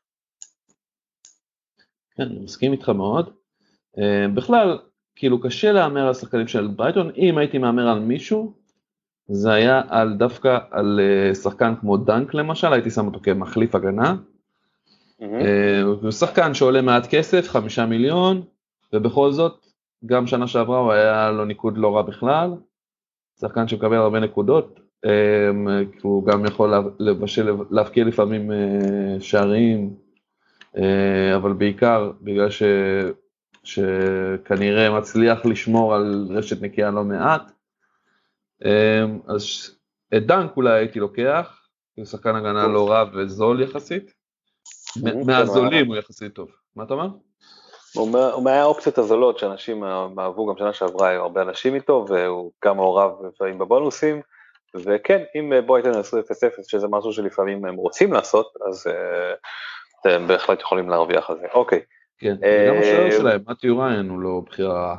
כן, אני מסכים איתך מאוד. בכלל, כאילו קשה להאמר על שחקנים של ברייטון, אם הייתי מאמר על מישהו, זה היה על דווקא על שחקן כמו דנק למשל, הייתי שם אותו כמחליף הגנה, הוא שחקן שעולה מעט כסף, חמישה מיליון, ובכל זאת, גם שנה שעברה הוא היה לו ניקוד לא רע בכלל, שחקן שמקבל הרבה נקודות, הוא גם יכול לבשל, להפקיע לפעמים שערים, אבל בעיקר בגלל ש, שכנראה מצליח לשמור על רשת נקייה לא מעט, אז את דנק אולי הייתי לוקח, הוא שחקן הגנה לא רע וזול יחסית, מהזולים הוא יחסית טוב. מה אתה אומר? הוא מהאופציות הזולות שאנשים אהבו גם שנה שעברה, היו הרבה אנשים איתו, והוא גם מעורב לפעמים בבונוסים, וכן, אם ברייטון יעשו אפס אפס, שזה משהו שלפעמים הם רוצים לעשות, אז אתם בהחלט יכולים להרוויח על זה. אוקיי. כן, וגם השוער שלהם, מתיו ריין הוא לא בחירה.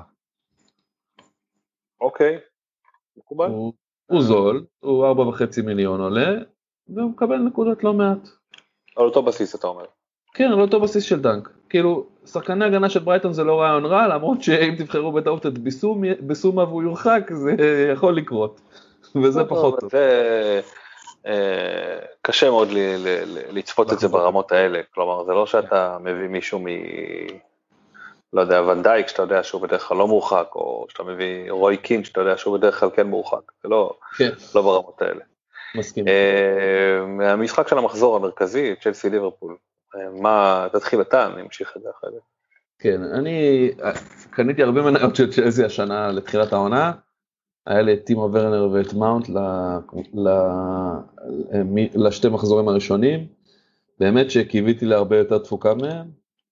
אוקיי, מקובל. הוא זול, הוא ארבע וחצי מיליון עולה, והוא מקבל נקודות לא מעט. על אותו בסיס אתה אומר. כן, על אותו בסיס של דנק. כאילו, שחקני הגנה של ברייטון זה לא רעיון רע, למרות שאם תבחרו בטעות את בסומה והוא יורחק, זה יכול לקרות. וזה פחות טוב. זה קשה מאוד לצפות את זה ברמות האלה. כלומר, זה לא שאתה מביא מישהו מ... לא יודע, ונדייק, שאתה יודע שהוא בדרך כלל לא מורחק, או שאתה מביא רוי קין, שאתה יודע שהוא בדרך כלל כן מורחק. זה לא ברמות האלה. מסכים. המשחק של המחזור המרכזי, צ'לסי ליברפול, מה, תתחיל אתה, אני אמשיך את זה אחרי זה. כן, אני קניתי הרבה מניות של צ'לסי השנה לתחילת העונה, היה לי את טימו ורנר ואת מאונט לשתי מחזורים הראשונים, באמת שקיוויתי להרבה יותר תפוקה מהם,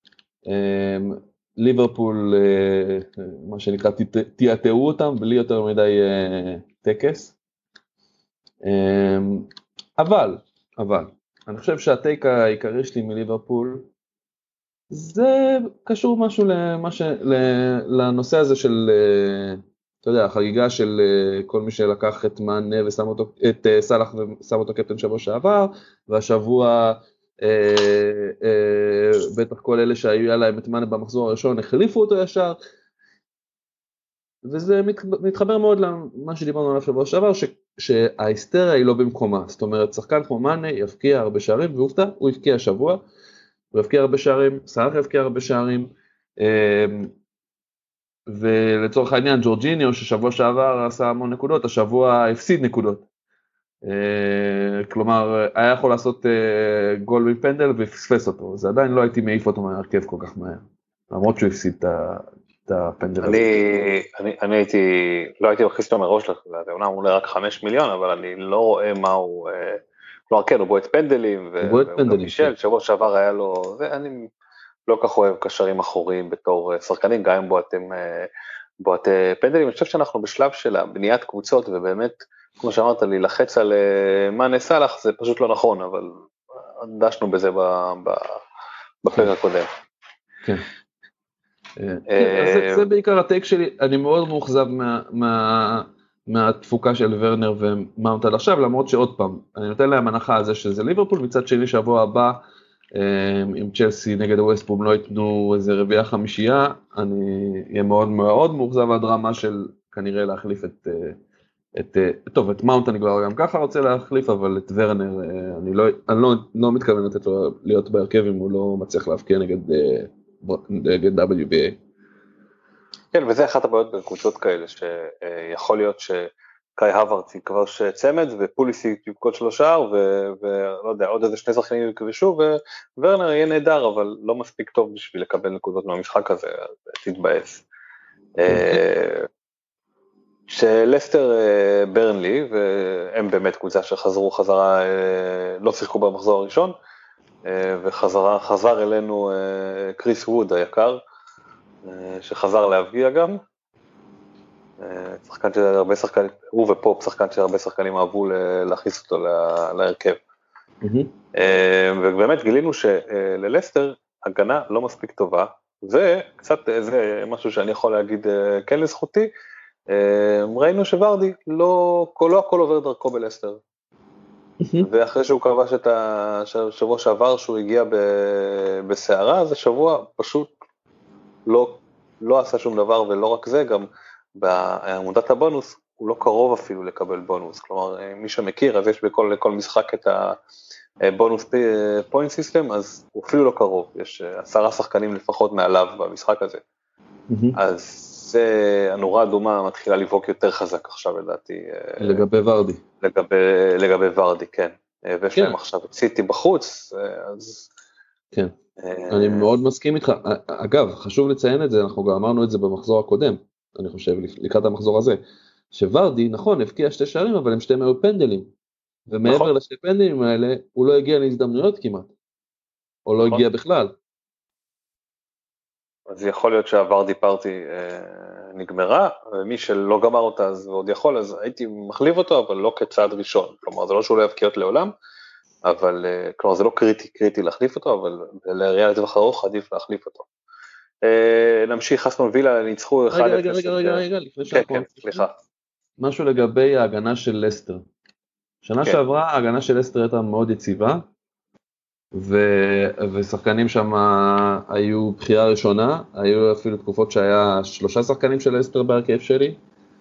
ליברפול, מה שנקרא, תיעתעו אותם בלי יותר מדי טקס, אבל, אבל, אני חושב שהטייק העיקרי שלי מליברפול, זה קשור משהו למש... לנושא הזה של, אתה יודע, החגיגה של כל מי שלקח את מאנה ושם אותו, את סלאח ושם אותו קפטן שבוע שעבר, והשבוע אה, אה, בטח כל אלה שהיו להם את מאנה במחזור הראשון החליפו אותו ישר, וזה מתחבר מאוד למה שדיברנו עליו שבוע שעבר, ש... שההיסטריה היא לא במקומה, זאת אומרת, שחקן כמו מאנה יפקיע הרבה שערים, והופתע, הוא יפקיע השבוע, הוא יפקיע הרבה שערים, סלאח יפקיע הרבה שערים, ולצורך העניין ג'ורג'יניו ששבוע שעבר עשה המון נקודות, השבוע הפסיד נקודות, כלומר היה יכול לעשות גול מפנדל ופספס אותו, זה עדיין לא הייתי מעיף אותו מהרכב כל כך מהר, למרות שהוא הפסיד את הפנדל הזה. אני הייתי, לא הייתי מכניס אותו מראש, זה אומנם אולי רק חמש מיליון, אבל אני לא רואה מה הוא, כלומר כן, הוא בועט פנדלים, הוא גם מישל, שבוע שעבר היה לו, ואני לא כך אוהב קשרים אחוריים בתור שחקנים, גם אם בועט פנדלים, אני חושב שאנחנו בשלב של בניית קבוצות, ובאמת, כמו שאמרת לי, לחץ על מאנה סלאח, זה פשוט לא נכון, אבל דשנו בזה בפרק הקודם. כן. זה בעיקר הטייק שלי, אני מאוד מאוכזב מהתפוקה של ורנר ומאונט עד עכשיו, למרות שעוד פעם, אני נותן להם הנחה על זה שזה ליברפול, מצד שני שבוע הבא, אם צ'לסי נגד ווסט ברום לא ייתנו איזה רביעייה חמישייה, אני אהיה מאוד מאוד מאוכזב הדרמה של כנראה להחליף את, את, טוב, את מאונט אני כבר גם ככה רוצה להחליף, אבל את ורנר אני לא, אני לא, לא מתכוון לתת לו להיות בהרכב אם הוא לא מצליח להפקיע נגד, נגד דאבליו בי איי. כן, וזה אחת הבעיות בקבוצות כאלה, שיכול להיות שקאי הווארץ יקבש צמד, ופוליסיק יבקוד שלושה, ולא יודע, עוד איזה שני שחקנים יקבשו, וורנר יהיה נהדר, אבל לא מספיק טוב בשביל לקבל נקודות מהמשחק הזה, אז תתבאס. שלסטר ברנלי, והם באמת קבוצה שחזרו חזרה, לא שיחקו במחזור הראשון, וחזר אלינו קריס ווד היקר, שחזר להפגיע גם, שחקן שהרבה שחקנים, הוא ופופ שחקן שהרבה שחקנים אהבו להכניס אותו להרכב. ובאמת גילינו שללסטר הגנה לא מספיק טובה, וקצת זה משהו שאני יכול להגיד כן לזכותי, ראינו שוורדי לא, לא הכל עובר דרכו בלסטר, ואחרי שהוא כבש את השבוע שעבר שהוא הגיע בסערה, אז השבוע פשוט לא, לא עשה שום דבר, ולא רק זה, גם בעמודת הבונוס הוא לא קרוב אפילו לקבל בונוס, כלומר מי שמכיר, אז יש בכל לכל משחק את הבונוס פוינט סיסטם, אז הוא אפילו לא קרוב, יש עשרה שחקנים לפחות מעליו במשחק הזה, אז זה הנורה אדומה מתחילה לבעוק יותר חזק עכשיו לדעתי. לגבי ורדי. לגבי, לגבי ורדי, כן. ויש להם עכשיו את סיטי בחוץ, אז... כן, אני מאוד מסכים איתך. אגב, חשוב לציין את זה, אנחנו גם אמרנו את זה במחזור הקודם, אני חושב, לקראת המחזור הזה, שוורדי, נכון, הבקיע שתי שערים, אבל הם שתיהם היו פנדלים, ומעבר לשתי פנדלים האלה, הוא לא הגיע להזדמנויות כמעט, או לא הגיע בכלל. אז יכול להיות שהוורדי פארטי אה, נגמרה, ומי שלא גמר אותה אז עוד יכול, אז הייתי מחליף אותו, אבל לא כצעד ראשון, כלומר זה לא שהוא לא יבקיע לעולם, אבל, אה, כלומר זה לא קריטי, קריטי להחליף אותו, אבל לראייה לטווח ארוך עדיף להחליף אותו. אה, נמשיך, אסטון וילה ניצחו אחד... רגע, רגע, רגע, רגע, רגע, לפני שאנחנו... כן, כן, סליחה. משהו לגבי ההגנה של לסטר. שנה כן. שעברה ההגנה של לסטר הייתה מאוד יציבה, ו... ושחקנים שם היו בחירה ראשונה, היו אפילו תקופות שהיה שלושה שחקנים של לסטר בהרכב שלי.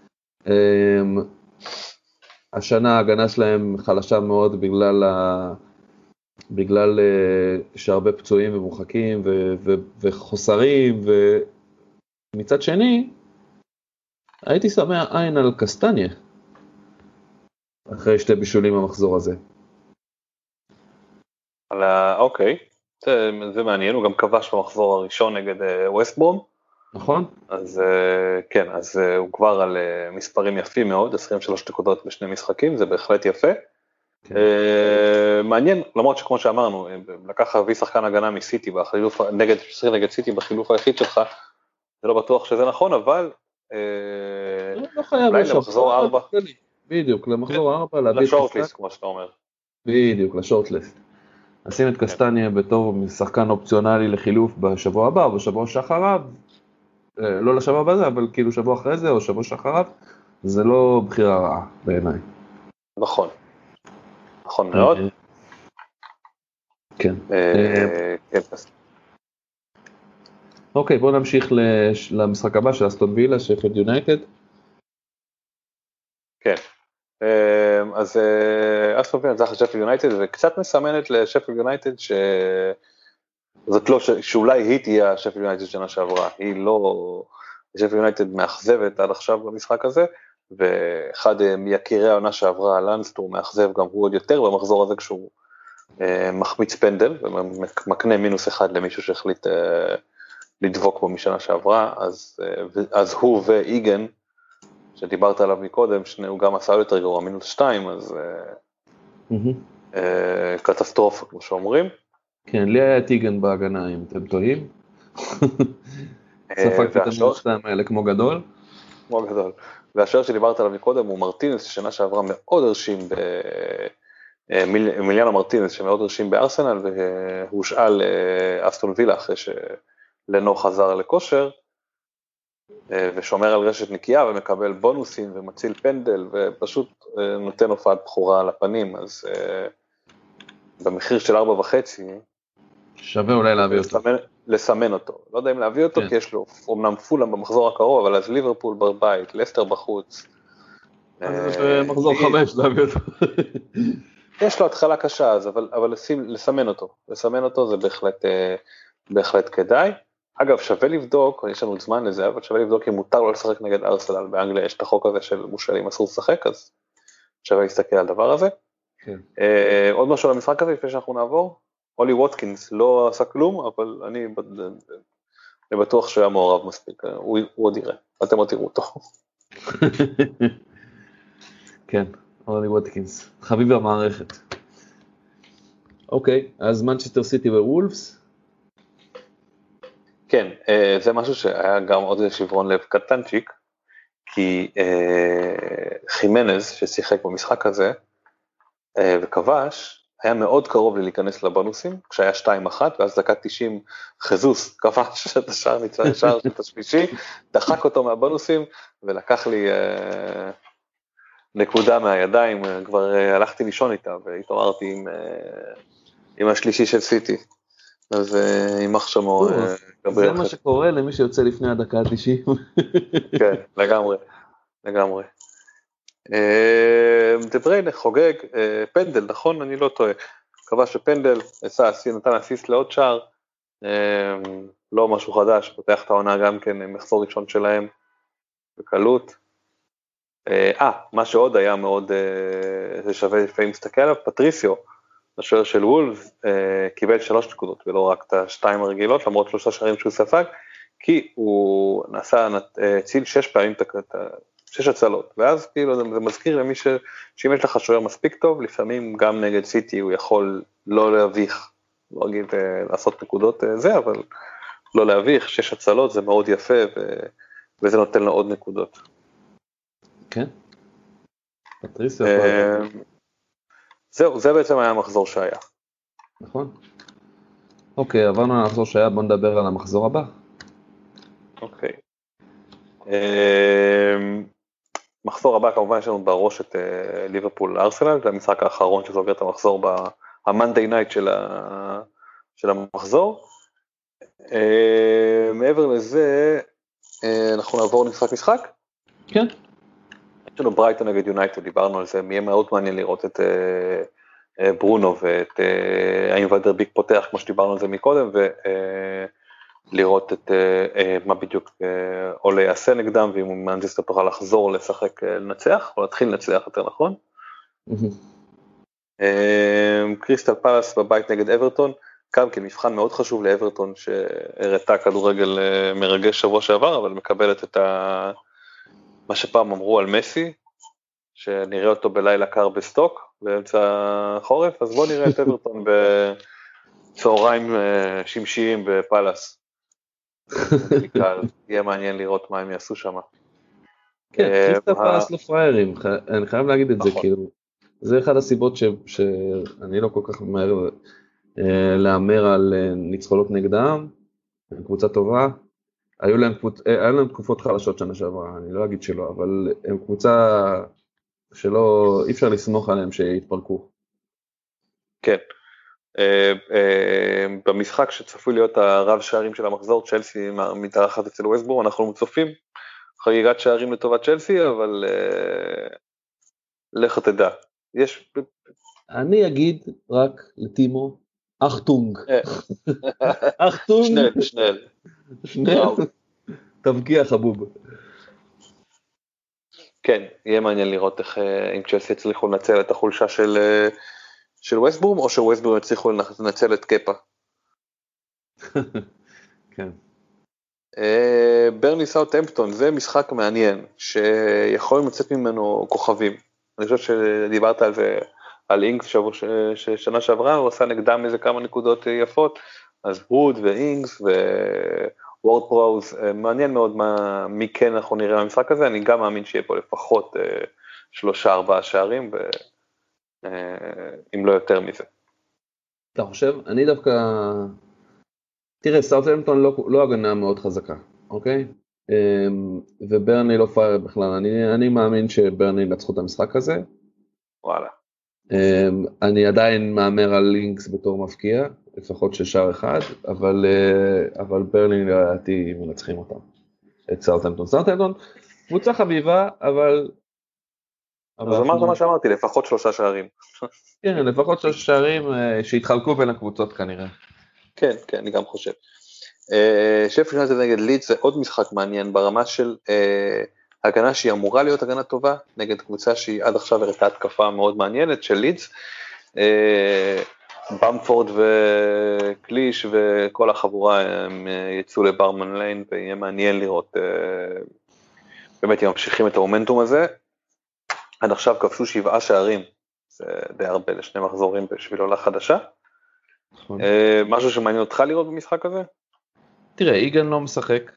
השנה ההגנה שלהם חלשה מאוד בגלל, ה... בגלל שהרבה פצועים ומורחקים ו... ו... וחוסרים, ומצד שני, הייתי שמח עין על קסטניה, אחרי שתי בישולים במחזור הזה. על ה... אוקיי, זה, זה מעניין, הוא גם כבש במחזור הראשון נגד ווסטברום. נכון. אז כן, אז הוא כבר על מספרים יפים מאוד, עשרים ושלוש נקודות בשני משחקים, זה בהחלט יפה. כן. מעניין, למרות שכמו שאמרנו, לקח להביא שחקן הגנה מסיטי, בחילוף, נגד, נגד סיטי בחילוף היחיד שלך, זה לא בטוח שזה נכון, אבל לא חייב אולי למחזור ארבע. בדיוק, למחזור ארבע. לשורטליסט, כמו שאתה אומר. בדיוק, לשורטליסט. נשים את קסטניה בתור שחקן אופציונלי לחילוף בשבוע הבא או בשבוע שאחריו, לא לשבוע הבא זה, אבל כאילו שבוע אחרי זה או שבוע שאחריו, זה לא בחירה רעה בעיניי. נכון, נכון מאוד. כן. אוקיי, בואו נמשיך למשחק הבא של אסטון וילה, שפילד יונייטד. כן. אז אסטון וילה נצח לשפילד יונייטד, וקצת מסמנת לשפילד יונייטד שזאת לא, שאולי היא תהיה השפילד יונייטד שנה שעברה, היא לא, שפילד יונייטד מאכזבת עד עכשיו במשחק הזה, ואחד מיקירי העונה שעברה, לנסטור, מאכזב גם הוא עוד יותר במחזור הזה כשהוא מחמיץ פנדל, ומקנה מינוס אחד למישהו שהחליט לדבוק בו משנה שעברה, אז, אז הוא ואיגן, שדיברת עליו מקודם, הוא גם עשה יותר גרוע, מינוס שתיים, אז mm-hmm. קטסטרופה, כמו שאומרים. כן, לי היה טיגן בהגנה, אם אתם טועים. ספקתי את המינוס שתיים האלה כמו גדול. כמו גדול. והשאר שדיברת עליו מקודם הוא מרטינס, ששנה שעברה מאוד הרשים, מיליאנו מרטינס, שמאוד הרשים בארסנל, והוא שאל אסטון וילה אחרי שלנו חזר לכושר, ושומר על רשת נקייה ומקבל בונוסים ומציל פנדל ופשוט נותן הופעת בחורה על הפנים, אז במחיר של ארבע וחצי שווה אולי להביא אותו. לסמן אותו, לא יודע אם להביא אותו כי יש לו אמנם פולאם במחזור הקרוב, אבל אז ליברפול בבית, לסטר בחוץ. אז זה מחזור חמש להביא אותו. יש לו התחלה קשה אז, אבל לסמן אותו, לסמן אותו זה בהחלט כדאי. אגב, שווה לבדוק, יש לנו זמן לזה, אבל שווה לבדוק אם מותר לו לשחק נגד ארסנל, באנגליה יש את החוק הזה של מושאלים אסור לשחק, אז שווה להסתכל על הדבר הזה. כן. אה, עוד משהו למשחק הזה, לפני שאנחנו נעבור, אולי ווטקינס לא עשה כלום, אבל אני, אני בטוח שהוא היה מעורב מספיק, הוא, הוא עוד יראה, אתם עוד תראו אותו. כן, אולי ווטקינס, חביב המערכת. אוקיי, אז מנצ'סטר סיטי ווולפס, כן, זה משהו שהיה גם עוד שברון לב קטנצ'יק, כי חימנז ששיחק במשחק הזה, וכבש, היה מאוד קרוב לי להיכנס לבונוסים, כשהיה שתיים אחת, ואז דקה תשעים חזוס, כבש את השער ניצל השער של השלישי, דחק אותו מהבונוסים, ולקח לי אה, נקודה מהידיים, כבר אה, הלכתי לישון איתה, והתעוררתי עם, אה, עם השלישי של סיטי, אז אה, עם מחשמו אה, זה מה שקורה למי שיוצא לפני הדקה ה-תשעים. כן, לגמרי, לגמרי. דה בריינה חוגג פנדל, נכון? אני לא טועה. כבש בפנדל, נתן אסיסט לעוד שער, לא משהו חדש, פותח את העונה גם כן, מחזור ראשון שלהם, בקלות. אה, מה שעוד היה מאוד, זה שווה לפעמים להסתכל עליו, פטריסיו, השוער של וולף, קיבל שלוש נקודות, ולא רק את השתיים הרגילות, למרות שלושה שערים שהוא ספג, כי הוא נעשה, ציל שש פעמים את ה... שש הצלות, ואז כאילו זה מזכיר למי ש... שאם יש לך שוער מספיק טוב, לפעמים גם נגד סיטי הוא יכול לא להביך, לא אגיד לעשות נקודות זה, אבל לא להביך, שש הצלות זה מאוד יפה, ו... וזה נותן לו עוד נקודות. כן. פטריסו. זהו, זה בעצם היה המחזור שהיה. נכון. אוקיי, עברנו על המחזור שהיה, בוא נדבר על המחזור הבא. אוקיי. מחזור הבא כמובן יש לנו בראש את ליברפול ארסנל, זה המשחק האחרון שסוגר את המחזור במנדי נייט של, ה... של המחזור. מעבר לזה, אנחנו נעבור למשחק משחק? כן. יש לנו ברייטון נגד יונייטד, דיברנו על זה, יהיה מאוד מעניין לראות את ברונו ואת האם ודרביק פותח, כמו שדיברנו על זה מקודם, ו... לראות את מה בדיוק עולה יעשה נגדם, ואם מנצ'סטר תוכל לחזור לשחק לנצח, או להתחיל לנצח יותר נכון. קריסטל פלאס בבית נגד אברטון, גם כן מבחן מאוד חשוב לאברטון, שהראתה כדורגל מרגש שבוע שעבר, אבל מקבלת את מה שפעם אמרו על מסי, שנראה אותו בלילה קר בסטוק, באמצע החורף, אז בואו נראה את אברטון בצהריים שמשיים בפלאס. יהיה מעניין לראות מה הם יעשו שם. כן, קריסטל פלאס לא פריירים, אני חייב להגיד את זה, כאילו, זה אחד הסיבות שאני לא כל כך מהר לאמר על ניצחונות נגדם, קבוצה טובה, היו להם תקופות חלשות שנה שעברה, אני לא אגיד שלא, אבל הם קבוצה שלא, אי אפשר לסמוך עליהם שיתפרקו. כן. במשחק שצפוי להיות הרב שערים של המחזור, צ'לסי מתארחת אצל ווסטבורם, אנחנו מצופים חגיגת שערים לטובת צ'לסי, אבל לך תדע. יש... אני אגיד רק לטימו, אחטונג. אחטונג. שנל, שנל. שנל. תבקיע חבוב. כן, יהיה מעניין לראות איך אם צ'לסי יצליחו לנצל את החולשה של... של ווסטבורם, או שווסטבורם יצליחו לנצל את קפה. כן. ברני סאות'המפטון, זה משחק מעניין, שיכולים לצאת ממנו כוכבים. אני חושב שדיברת על זה, על אינגס ששנה שעברה, הוא עשה נגדם איזה כמה נקודות יפות, אז ווד ואינגס וורד פראוז, מעניין מאוד מה, מי כן אנחנו נראה במשחק הזה, אני גם מאמין שיהיה פה לפחות שלושה ארבעה שערים, ו... אם לא יותר מזה. אתה חושב? אני דווקא... תראה, סאות'המפטון לא, לא הגנה מאוד חזקה, אוקיי? וברני לא פייר בכלל, אני, אני מאמין שברני ינצחו את המשחק הזה. וואלה. אני עדיין מאמר על לינקס בתור מפקיע, לפחות של שער אחד, אבל, אבל ברני לדעתי מנצחים אותם. את סאות'המפטון. סאות'המפטון, קבוצה חביבה, אבל... אז אמרת מה שאמרתי, לפחות שלושה שערים. כן, לפחות שלושה שערים שהתחלקו בין הקבוצות כנראה. כן, כן, אני גם חושב. שפילד יונייטד נגד לידס זה עוד משחק מעניין ברמה של הגנה שהיא אמורה להיות הגנה טובה, נגד קבוצה שהיא עד עכשיו הראתה התקפה מאוד מעניינת של לידס. במפורד וקליש וכל החבורה הם יצאו לברמן ליין, ויהיה מעניין לראות, באמת הם ממשיכים את המומנטום הזה. עד עכשיו כבשו שבעה שערים, זה די הרבה לשני מחזורים בשביל עולה חדשה. משהו שמעניין אותך לראות במשחק הזה? תראה, איגן לא משחק.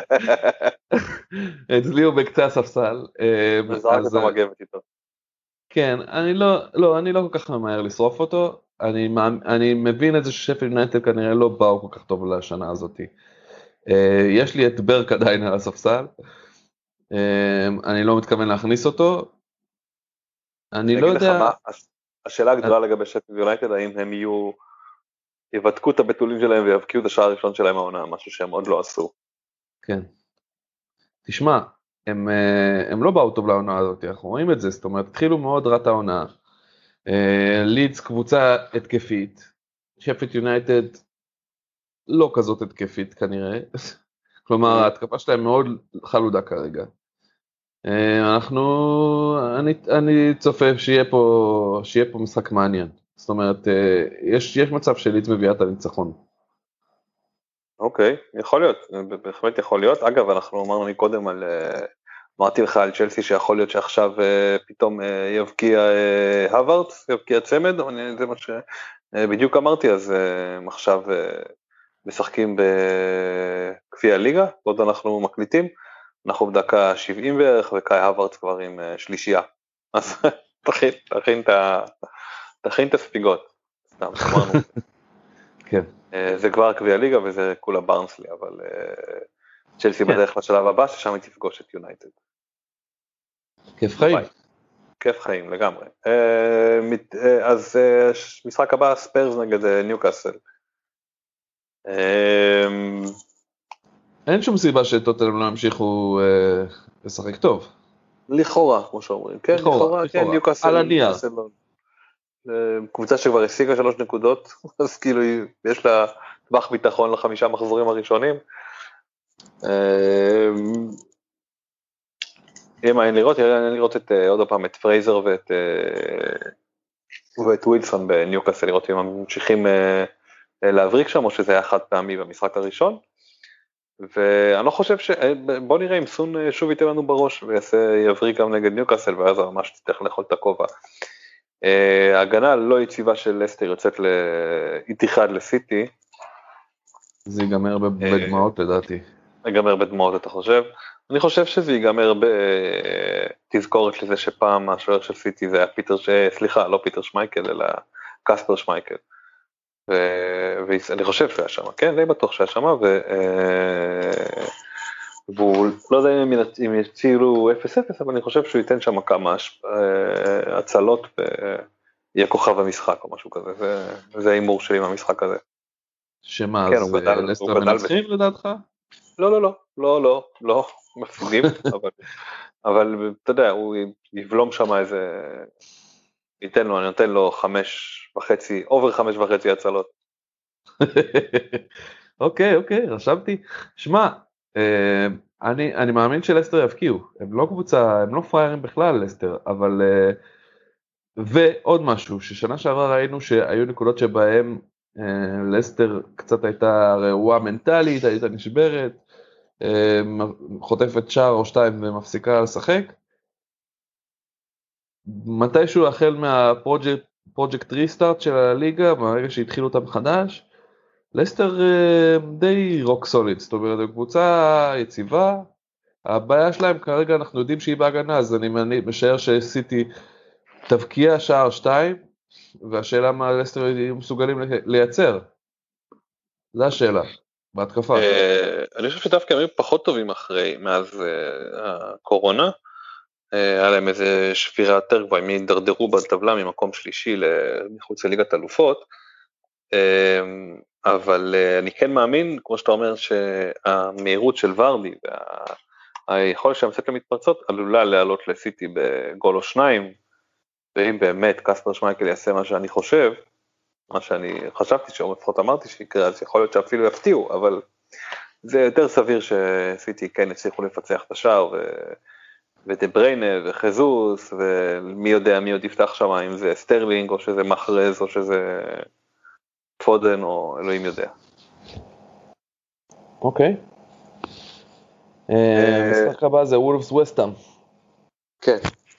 אצלי הוא בקצה הספסל. אז רק אתה מגבת איתו. כן, אני לא, לא, אני לא כל כך ממהר לשרוף אותו, אני, מאמ- אני מבין את זה ששפילד יונייטד כנראה לא באו כל כך טוב לשנה הזאת. אה, יש לי את ברק עדיין על הספסל, אה, אני לא מתכוון להכניס אותו, אני אני לא אגיד לך יודע, מה, הש- השאלה אה, הגדולה לגבי שפילד יונייטד, האם הם יהיו, יבדקו את הבתולים שלהם ויבקיעו את השער הראשון שלהם העונה, משהו שהם עוד לא עשו. כן, תשמע, הם, אה, הם לא באו טוב לעונה הזאת, אנחנו רואים את זה, זאת אומרת, התחילו מאוד רעת העונה, אה, לידס קבוצה התקפית, שפילד יונייטד לא כזאת התקפית כנראה, כלומר Mhm. ההתקפה שלהם מאוד חלודה כרגע. אה, אנחנו, אני, אני צופה שיהיה פה, שיהיה פה משחק מעניין. זאת אומרת, אה, יש, יש מצב שליץ מביאה את הניצחון. אוקיי, יכול להיות, בהחלט יכול להיות. אגב, אנחנו אמרנו מקודם על, אה, אמרתי לך על צ'לסי שיכול להיות שעכשיו אה, פתאום אה, יבקיע אה, הווארדס, יבקיע צמד, אבל אני- זה מה שבדיוק אמרתי, אז אה, הם עכשיו אה, משחקים בגביע הליגה, עוד אנחנו מקליטים, אנחנו בדקה שבעים בערך, וקאי הווארדס כבר עם אה, שלישייה. אז תכין, תכין את ה- תכין את הספיגות, סתם, אמרנו. כן, אה, זה כבר גביע הליגה וזה כולה ברנסלי, אבל אה, צ'לסי כן, בדרך לשלב הבא, ששם היא תפגוש את יונייטד. כיף חיים. בבית. כיף חיים לגמרי. אה, מת- אה, אז אה, ש- משחק הבא, ספיירס נגד אה, ניוקאסל. אה, אין שום סיבה שטוטנהאם לא ימשיכו אה, לשחק טוב. לכאורה, כמו שאומרים. כן, לכאורה, לכאורה, כן, לכאורה, ניוקאסל, על הנייר. ניוקאסל לא. אה, קבוצה שכבר השיגה שלוש נקודות, אז כאילו היא- יש לה טווח ביטחון לחמישה מחזורים הראשונים. אה, יהיה מעניין לראות, יהיה מעניין לראות את, אה, עוד פעם את פרייזר ואת, אה, ואת ווילסון בניוקאסל, לראות אם הם ממשיכים אה, אה, להבריק שם, או שזה היה חד פעמי במשחק הראשון. ואני לא חושב ש... אה, בוא נראה אם סון אה, שוב ייתן לנו בראש, ויבריק גם נגד ניוקאסל, ואז ממש תצטרך לאכול את הכובע. אה, ההגנה לא יציבה של לסטר יוצאת לאיתיחד לסיטי. זה ייגמר ב- אה, בדמעות לדעתי. ייגמר בדמעות, אתה חושב? אני חושב שזה ייגמר בתזכורת לזה שפעם השוער של סיטי זה היה פיטר, ש... סליחה, לא פיטר שמייקל, אלא קספר שמייקל. ו- ואני חושב שהוא היה שם, כן, די בטוח שהיה שם, ו... אה, והוא לא יודע אם הם ינצ- אם יצילו אפס אפס, אבל אני חושב שהוא ייתן שם כמה הש- אה, הצלות, ויהיה כוכב המשחק או משהו כזה, זה- זה ההימור שלי מהמשחק הזה. שמה, כן, הוא אז אה, גדל, הוא לסטר גדל מנצחים לדעתך? לא, לא, לא, לא, לא, לא, מפסידים, אבל, אבל אתה יודע, הוא יבלום שם איזה, ייתן לו, אני נותן לו חמש וחצי, אובר חמש וחצי הצלות. אוקיי, אוקיי, רשמתי. שמע, אה, אני, אני מאמין שלסטר יבקיעו. הם לא קבוצה, הם לא פריירים בכלל לסטר, אבל... אה, ועוד משהו, ששנה שעברה ראינו שהיו נקודות שבהם אה, לסטר קצת הייתה רעועה מנטלית, הייתה נשברת, אה, חוטפת שער או שתיים ומפסיקה לשחק. מתישהו החל מהפרויקט פרויקט ריסטארט של הליגה, מהרגע שהתחילו אותה מחדש, לסטר אה, די רוק סוליד, זאת אומרת, זו קבוצה יציבה, הבעיה שלהם כרגע אנחנו יודעים שהיא בהגנה, אז אני מני- משער שסיטי תבקיע שער שתיים, והשאלה מה לסטר יהיו מסוגלים לייצר, זו השאלה, בהתקפה. אה, אני חושב שדווקא הם היו פחות טובים אחרי, מאז אה, הקורונה, אה, היה להם איזה שבירה יותר גבוהה, הם הידרדרו בטבלה ממקום שלישי מחוץ לליגת אלופות, אה, אבל אה, אני כן מאמין, כמו שאתה אומר, שהמהירות של ורדי והיכולת שלהם לצאת למתפרצות עלולה לעלות לסיטי בגול או שניים, ואם באמת קספר שמייקל יעשה מה שאני חושב, מה שאני חשבתי, או לפחות אמרתי שיקרה, אז יכול להיות שאפילו יפתיעו, אבל זה יותר סביר שסיטי כן הצליחו לפצח את השער, ו... ודה בריינה וחזוס, ומי יודע מי עוד יפתח שם, אם זה סטרלינג, או שזה מחרז, או שזה פודן, או אלוהים יודע. אוקיי. המשחק הבא זה וולפס וסטאם. כן.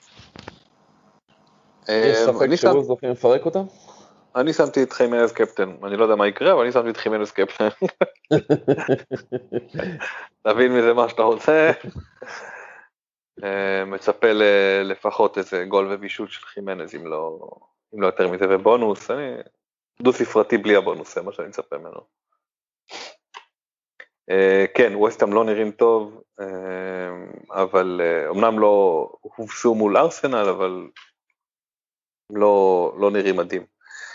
יש ספק שוולפס הולכים לפרק אותם? אני שמתי את חימנז קפטן, אני לא יודע מה יקרה, אבל אני שמתי את חימנז קפטן. תבין מזה מה שאתה רוצה. מצפה לפחות איזה גול ובישול של חימנז, אם לא, אם לא יותר מזה, ובונוס, אני דו ספרתי בלי הבונוס, זה מה שאני מצפה ממנו. כן, ווסטהאם לא נראים טוב, אבל אמנם לא הובסו מול ארסנל, אבל לא, לא נראים מדהים.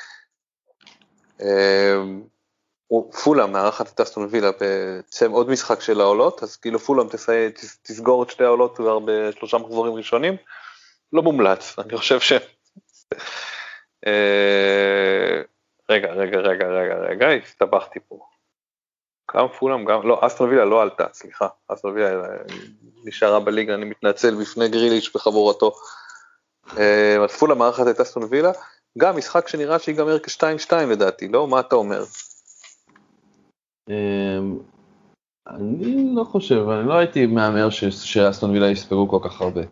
פולאם מארחת את אסטון וילה בעצם עוד משחק של העולות, אז כאילו פולאם תסי, תסגור את שתי העולות כבר בשלושה מחזורים ראשונים, לא מומלץ, אני חושב ש... רגע, רגע, רגע, רגע, רגע, הסתבכתי פה. גם פולאם, גם, לא, אסטון וילה לא עלתה, סליחה, אסטון וילה נשארה בליגה, אני מתנצל בפני גריליץ' בחבורתו. אז פולאם מארחת את אסטון וילה, גם משחק שנראה שיגמר כ-שתיים שתיים לדעתי, לא? מה אתה אומר? אני לא חושב, אני לא הייתי מאמר שאסטון וילה יספגו כל כך הרבה.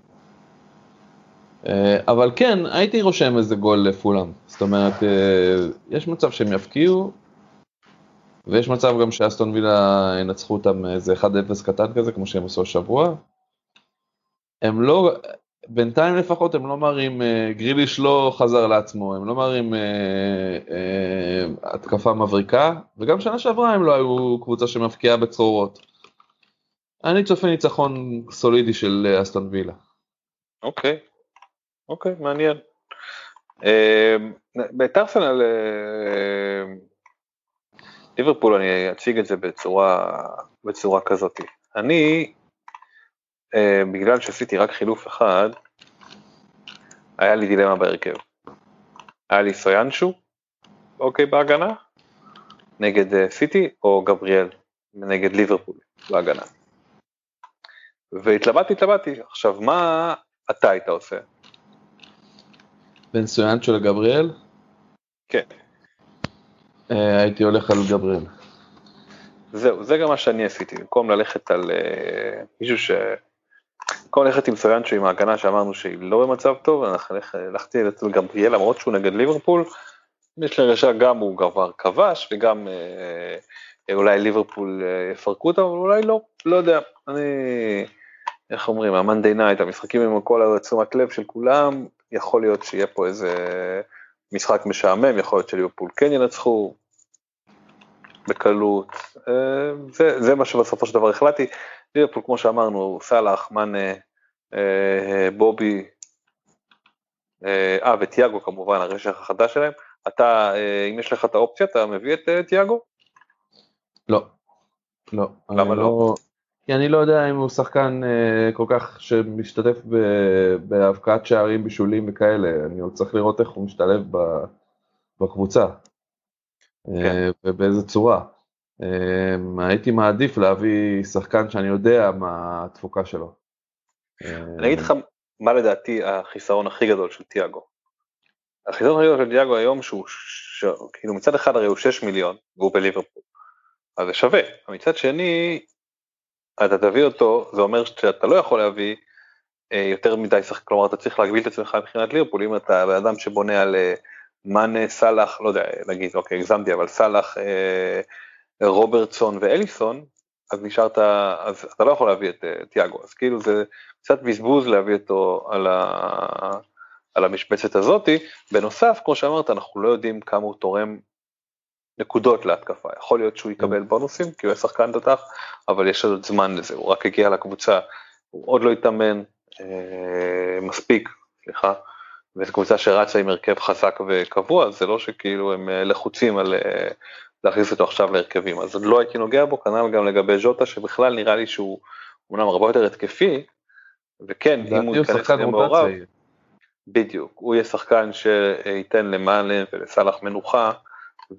אבל כן, הייתי רושם איזה גול לפולאם. זאת אומרת, יש מצב שהם יפקיעו, ויש מצב גם שאסטון וילה ינצחו אותם איזה אחד אפס קטן כזה, כמו שהם עשו השבוע. הם לא... בינתיים לפחות הם לא מראים, גריליש לא חזר לעצמו, הם לא מראים אה, אה, התקפה מבריקה, וגם שנה שעברה הם לא היו קבוצה שמפקיעה בצרורות. אני צופה ניצחון סולידי של אסטון וילה. אוקיי, אוקיי, מעניין. בית ארסנל, ליברפול, אני אציג את זה בצורה, בצורה כזאת. אני... בגלל שעשיתי רק חילוף אחד, היה לי דילמה בהרכב. היה לי סויאנשו, אוקיי, בהגנה, נגד סיטי, או גבריאל, נגד ליברפול, בהגנה. והתלבטתי, התלבטתי. עכשיו, מה אתה היית עושה? בין סויאנשו לגבריאל? כן. הייתי הולך על גבריאל. זהו, זה גם מה שאני עשיתי, במקום ללכת על מישהו ש... במקום ללכת עם סויאנצ'ו עם ההגנה שאמרנו שהיא לא במצב טוב, אנחנו הלכתי אצל גבריאל למרות שהוא נגד ליברפול, יש לרשע גם הוא כבר כבש וגם אה, אולי ליברפול יפרקו אותם, אבל אולי לא, לא יודע, אני, איך אומרים, המנדי נייט, המשחקים עם כל תשומת לב של כולם, יכול להיות שיהיה פה איזה משחק משעמם, יכול להיות שליברפול כן ינצחו בקלות, זה, זה מה שבסופו של דבר החלטתי, ליברפול כמו שאמרנו, סלאח, מנה, בובי, אה, וטיאגו כמובן, הרשך החדש שלהם, אתה, אם יש לך את האופציה, אתה מביא את טיאגו? לא, לא. למה לא? כי אני לא יודע אם הוא שחקן כל כך שמשתתף בהבקעת שערים בישולים וכאלה, אני עוד צריך לראות איך הוא משתלב בקבוצה, ובאיזה צורה. הייתי מעדיף להביא שחקן שאני יודע מה התפוקה שלו. אני אגיד לך מה לדעתי החיסרון הכי גדול של טיאגו. החיסרון הכי גדול של טיאגו היום שהוא, כאילו מצד אחד הרי הוא שש מיליון, והוא בליברפול, אז זה שווה. מצד שני, אתה תביא אותו, זה אומר שאתה לא יכול להביא יותר מדי שחק, כלומר אתה צריך להגביל את עצמך מבחינת ליברפול, אם אתה באדם שבונה על מנה, סלאח, לא יודע, נגיד, אוקיי, הגזמתי, אבל סלאח, רוברטסון ואליסון, אז נשארת, אז אתה לא יכול להביא את טיאגו, אז כאילו זה קצת בזבוז להביא אותו על, ה, על המשבצת הזאת. בנוסף, כמו שאמרת, אנחנו לא יודעים כמה הוא תורם נקודות להתקפה, יכול להיות שהוא יקבל בונוסים, כי הוא היה שחקן תותח, אבל יש עוד זמן לזה, הוא רק הגיע לקבוצה, הוא עוד לא התאמן אה, מספיק, סליחה, וזו קבוצה שרצה עם הרכב חזק וקבוע, אז זה לא שכאילו הם לחוצים על אה, להכניס אותו עכשיו להרכבים, אז עוד לא הייתי נוגע בו, כנ"ל גם לגבי ז'וטה, שבכלל נראה לי שהוא אומנם הרבה יותר התקפי, וכן, אם הוא ייכנס למעורב, בדיוק, הוא יהיה שחקן שייתן למאנה ולסלאח מנוחה, ו...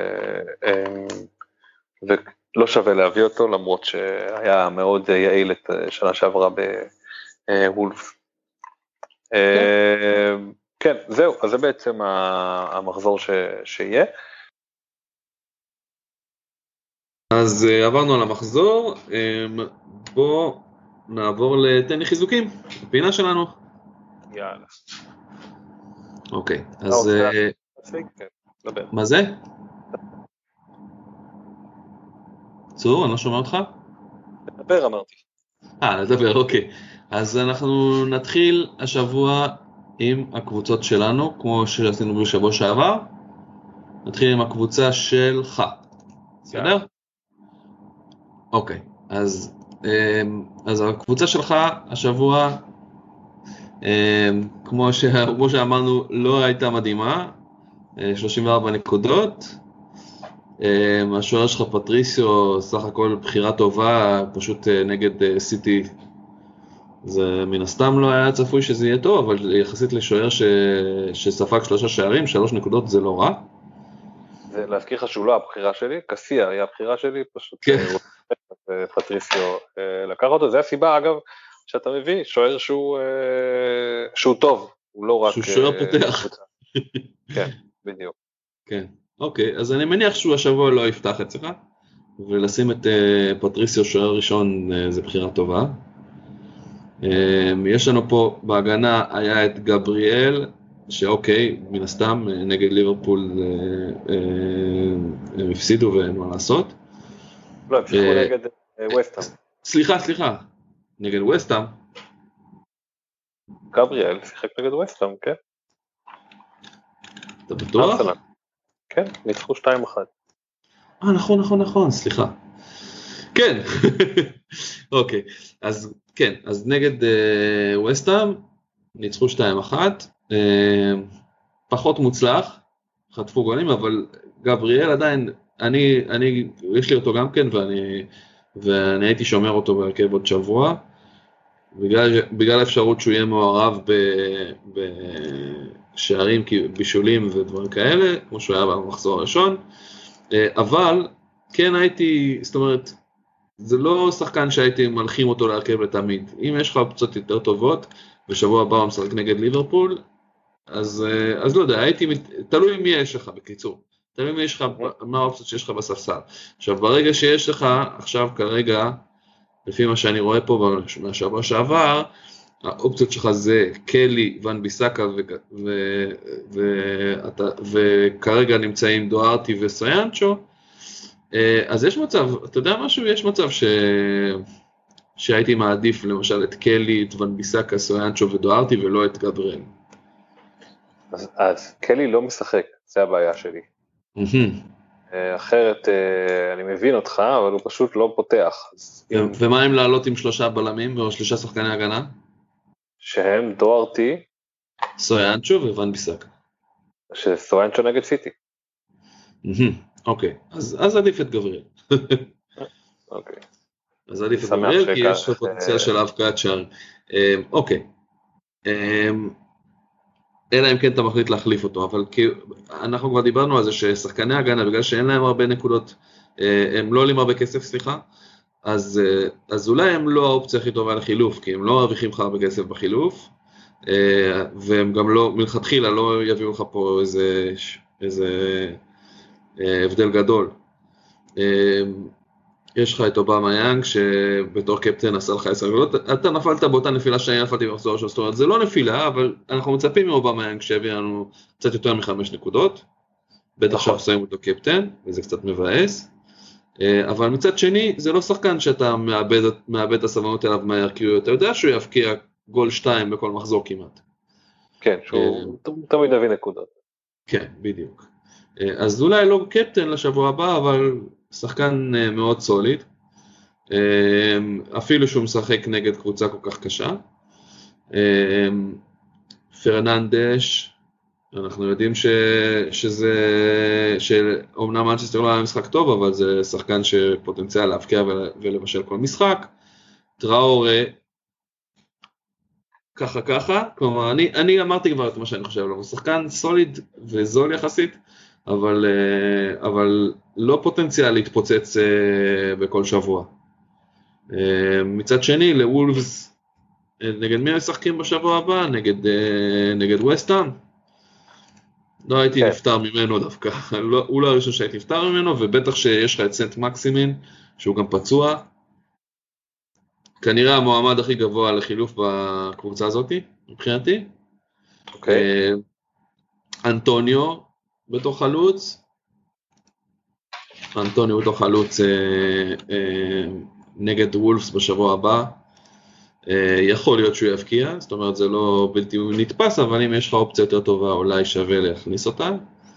ולא שווה להביא אותו, למרות שהיה מאוד יעיל את שנה שעברה בוולף. כן. כן, זהו, אז זה בעצם המחזור ש... שיהיה. אז עברנו על המחזור, בוא נעבור לתן לי חיזוקים, הפינה שלנו. יאללה. אוקיי, אז... מה זה? צור, אני לא שומע אותך? דבר, אמרתי. אה, נדבר, אוקיי. אז אנחנו נתחיל השבוע עם הקבוצות שלנו, כמו שעשינו בשבוע שעבר. נתחיל עם הקבוצה שלך. בסדר? אוקיי. אז, אז הקבוצה שלך השבוע, כמו, ש... כמו שאמרנו, לא הייתה מדהימה. שלושים וארבע נקודות. השוער שלך פטריסיו, סך הכל בחירה טובה, פשוט נגד סיטי. זה מן הסתם לא היה צפוי שזה יהיה טוב, אבל יחסית לשוער ש... שספג שלושה שערים, שלוש נקודות זה לא רע. זה להזכיר לך שהוא לא הבחירה שלי, קסיה היה הבחירה שלי, פשוט כן. פטריסיו לקח אותו, זה הסיבה אגב שאתה מביא, שוער שהוא, שהוא טוב, הוא לא רק... שהוא שוער פותח. כן, בדיוק. כן, אוקיי, אז אני מניח שהוא השבוע לא יפתח אצלך, ולשים את פטריסיו שוער ראשון זה בחירה טובה. יש לנו פה בהגנה היה את גבריאל, שאוקיי, מן הסתם נגד ליברפול הם הפסידו ואין מה לעשות. לא, הם שיחקו נגד ווסטהאם. סליחה, סליחה, נגד ווסטהאם. גבריאל שיחק נגד ווסטהאם, כן. אתה בטוח? כן, ניצחו שתיים אחת. אה, נכון, נכון, נכון, סליחה. כן, אוקיי, אז כן, אז נגד ווסטהאם ניצחו שתיים אחת, פחות מוצלח, חטפו גולים, אבל גבריאל עדיין, אני, אני, יש לי אותו גם כן, ואני, ואני הייתי שומר אותו בהרכב עוד שבוע, בגלל, בגלל האפשרות שהוא יהיה מעורב ב, בשערים, בישולים ודברים כאלה, כמו שהוא היה במחזור הראשון, אבל כן הייתי, זאת אומרת, זה לא שחקן שהייתי מלכים אותו להרכב לתמיד. אם יש לך אופציות יותר טובות, בשבוע הבא הוא משחק נגד ליברפול, אז, אז לא יודע, הייתי, תלוי מי יש לך בקיצור. תלוי מי יש לך, מה האופציות שיש לך בספסל. עכשיו, ברגע שיש לך, עכשיו כרגע, לפי מה שאני רואה פה מהשבוע שעבר, האופציות שלך זה קלי, ון ביסקה, וכרגע נמצאים דוארטי וסויאנצ'ו, אז יש מצב, אתה יודע משהו? יש מצב ש... שהייתי מעדיף למשל את קלי, את ון ביסקה, סויאנצ'ו ודוארטי ולא את גבריאל. אז, אז קלי לא משחק, זה הבעיה שלי. אחרת אני מבין אותך, אבל הוא פשוט לא פותח. אם... ומה אם לעלות עם שלושה בלמים או שלושה שחקני הגנה? שהם דוארטי, סויאנצ'ו וון ביסקה. שסויאנצ'ו נגד סיטי. אוקיי, אז, אז עדיף את גבריאל. אוקיי. אז עדיף את גבריאל, כי יש לו פוטנציאל של הבקעת שער. אוקיי. אלא אם כן אתה מחליט להחליף אותו, אבל אנחנו כבר דיברנו על זה ששחקני הגנה, בגלל שאין להם הרבה נקודות, הם לא עולים הרבה כסף, סליחה, אז, אז אולי הם לא האופציה הכי טובה לחילוף, כי הם לא מרוויחים לך הרבה כסף בחילוף, והם גם לא, מלכתחילה לא יביאו לך פה איזה, איזה הבדל גדול. יש לך את אובמה יאנג, שבתור קפטן עשה לך עשר גולות, אתה נפלת באותה נפילה שאני נפלתי במחזור של, זאת אומרת, זה לא נפילה, אבל אנחנו מצפים מאובמה יאנג שהביא לנו קצת יותר מחמש נקודות, בטח שאנחנו שמים אותו קפטן, וזה קצת מבאס, אבל מצד שני, זה לא שחקן שאתה מאבד, מאבד את הסבלנות אליו מהר, כי אתה יודע שהוא יפקיע גול שתיים בכל מחזור כמעט. כן, שהוא תמיד הביא נקודות. כן, בדיוק. אז אולי לא קפטן לשבוע הבא, אבל שחקן מאוד סוליד, אפילו שהוא משחק נגד קבוצה כל כך קשה. פרננדש, אנחנו יודעים ש, שזה, שאומנם מנצ'סטר לא היה משחק טוב, אבל זה שחקן שפוטנציאל להבקיע ולבשל כל משחק. טראורה, ככה ככה, כלומר, אני, אני אמרתי כבר את מה שאני חושב, הוא שחקן סוליד וזול יחסית, אבל, אבל לא פוטנציאל להתפוצץ בכל שבוע. מצד שני, לוולפס, נגד מי משחקים בשבוע הבא? נגד, נגד ווסטהאם? לא הייתי okay. נפטר ממנו דווקא, לא, הוא לא הראשון שהייתי נפטר ממנו, ובטח שיש לך את סנט מקסימין, שהוא גם פצוע. כנראה המועמד הכי גבוה לחילוף בקבוצה הזאת, מבחינתי. אוקיי. Okay. אנטוניו בתוך חלוץ. אנטוניו בתוך חלוץ אה, אה, נגד וולפס בשבוע הבא. יכול להיות שהוא יבקיע, זאת אומרת זה לא בלתי נתפס, אבל אם יש לך אופציה יותר טובה אולי שווה להכניס אותה.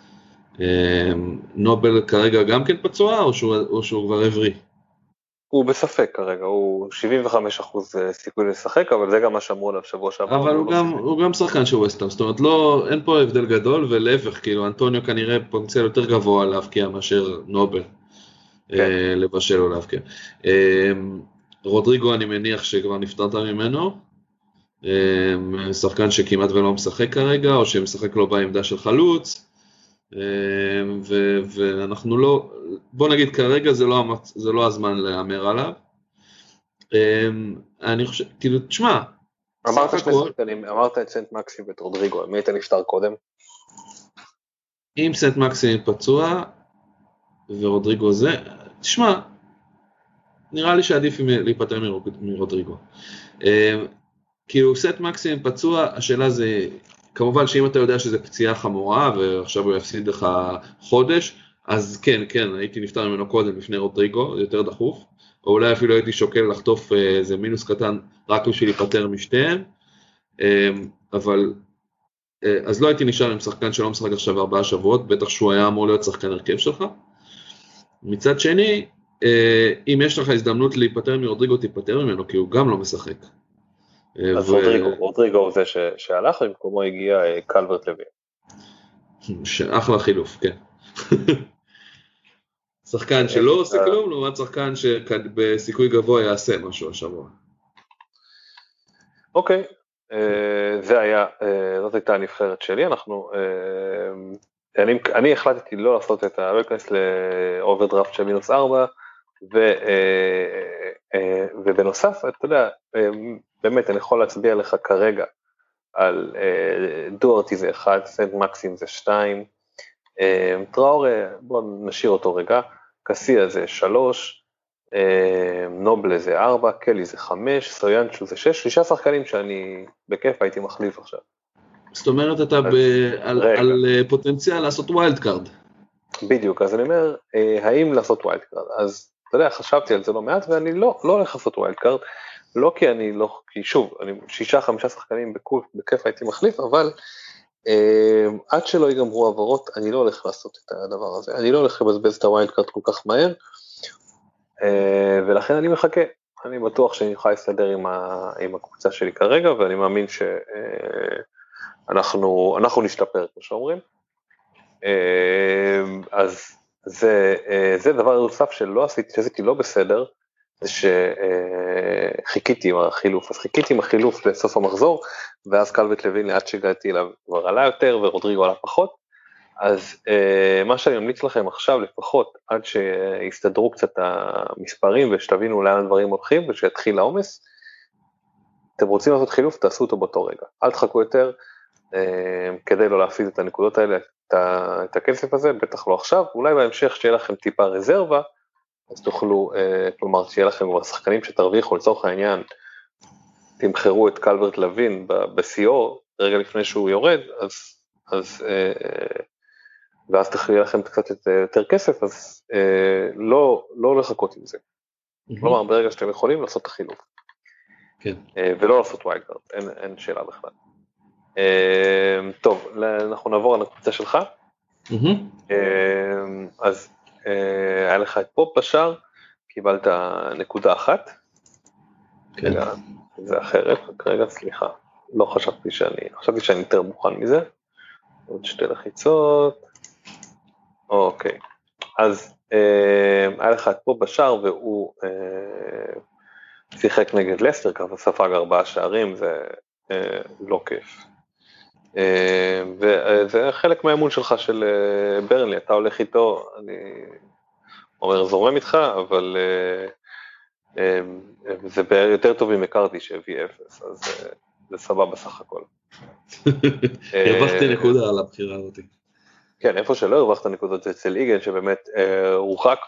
נובל כרגע גם כן פצוע או שהוא, או שהוא כבר עברי? הוא בספק כרגע, הוא שבעים וחמישה אחוז סיכוי לשחק, אבל זה גם מה שאמרו עליו שבוע שעבר. אבל הוא, הוא, גם, לא הוא גם שחקן של ווסטהאם, זאת אומרת לא, אין פה הבדל גדול, ולהפך, כאילו אנטוניו כנראה פוטנציאל יותר גבוה להבקיע מאשר נובל, כן. אה, לבשל או להבקיע. אה, רודריגו אני מניח שכבר נפטרת ממנו, אה, שחקן שכמעט ולא משחק כרגע, או שמשחק לא בעמדה של חלוץ, ו- ואנחנו לא, בוא נגיד כרגע זה לא, זה לא הזמן להאמר עליו. אני חושב, כאילו, תשמע, אמרת שני שחקנים, אמרת את סנט מקסים ואת רודריגו, מי היית נפטר קודם? אם סנט מקסים פצוע ורודריגו זה, תשמע, נראה לי שעדיף להיפטר מרודריגו. כאילו סנט מקסים פצוע, השאלה זה, כמובן שאם אתה יודע שזה פציעה חמורה ועכשיו הוא יפסיד לך חודש, אז כן, כן, הייתי נפטר ממנו קודם לפני רודריגו, זה יותר דחוף, או אולי אפילו הייתי שוקל לחטוף איזה מינוס קטן רק בשביל להיפטר משתיהם, אבל אז לא הייתי נשאר עם שחקן שלא משחק עכשיו ארבעה שבועות, בטח שהוא היה אמור להיות שחקן הרכב שלך. מצד שני, אם יש לך הזדמנות להיפטר מרודריגו, תיפטר ממנו, כי הוא גם לא משחק. אז ו... רודריגו, רודריגו זה ש... שהלך, במקומו הגיע קלברט לוין. אחלה חילוף, כן. שחקן שלא עושה כלום, לעומת שחקן שבסיכוי גבוה יעשה משהו השבוע. אוקיי, זה היה, זאת הייתה הנבחרת שלי, אנחנו, אני, אני החלטתי לא לעשות את ה... לא להיכנס לאוברדרפט של מינוס ארבע, ו, ובנוסף, אתה יודע, באמת אני יכול להצביע לך כרגע על דוארטי זה אחד, סנט מקסים זה שתיים, טראורי, בואו נשאיר אותו רגע, קסיה זה שלוש, נובלה זה ארבע, קלי זה חמש, סויאנצ'ו זה שש, שישה שחקנים שאני בכיף הייתי מחליף עכשיו. זאת אומרת אתה ב... על, על פוטנציאל לעשות ווילד קארד. בדיוק, אז אני אומר, האם לעשות ווילד קארד? אז אתה יודע, חשבתי על זה לא מעט ואני לא, לא הולך לעשות ווילד קארד, לא כי אני לא, כי שוב, אני שישה חמישה שחקנים בכיף, בכיף הייתי מחליף, אבל עד שלא ייגמרו העברות, אני לא הולך לעשות את הדבר הזה, אני לא הולך לבזבז את הווילד קארד כל כך מהר, ולכן אני מחכה, אני בטוח שאני יכולה להסתדר עם, ה, עם הקבוצה שלי כרגע, ואני מאמין שאנחנו אנחנו נשתפר, כמו שאומרים, אז זה, זה דבר נוסף שלא עשיתי, שעשיתי לא בסדר, זה שחיכיתי עם החילוף, אז חיכיתי עם החילוף לסוף המחזור, ואז קלברט לוין לאט שהגעתי אליו כבר עלה יותר, ורודריגו עלה פחות, אז מה שאני ממליץ לכם עכשיו לפחות, עד שיסתדרו קצת המספרים, ושתבינו לאן הדברים הולכים, ושיתחיל העומס, אתם רוצים לעשות חילוף, תעשו אותו באותו רגע, אל תחכו יותר, כדי לא להפיז את הנקודות האלה, את הכסף הזה, בטח לא עכשיו, אולי בהמשך שיהיה לכם טיפה רזרבה, אז תוכלו, כלומר, שיהיה לכם כבר שחקנים שתרוויחו לצורך העניין, תמחרו את קלברט לוין בסיור, רגע לפני שהוא יורד, אז, אז, ואז תחליט לכם קצת יותר כסף, אז לא, לא לחכות עם זה. כלומר, ברגע שאתם יכולים לעשות את החילוף. כן. ולא לעשות ווילד קארד, אין, אין שאלה בכלל. טוב, אנחנו נעבור על הקבוצה שלך. אז, היה לך את פופ בשער, קיבלת נקודה אחת, כן. זה אחרת, כרגע סליחה, לא חשבתי שאני, חשבתי שאני יותר מוכן מזה, עוד שתי לחיצות, אוקיי, אז היה לך את פופ בשער, והוא שיחק נגד לסטר, ככה ספג ארבעה שערים, זה לא כיף. וזה חלק מהאמון שלך של ברנלי, אתה הולך איתו, אני אומר זורם איתך, אבל זה יותר טוב אם הכרתי שהביא אפס, אז זה סבבה בסך הכל. הרווחתי נקודה על הבחירה הזאת. כן, איפה שלא הרווחת נקודות זה אצל איגן, שבאמת רוחק,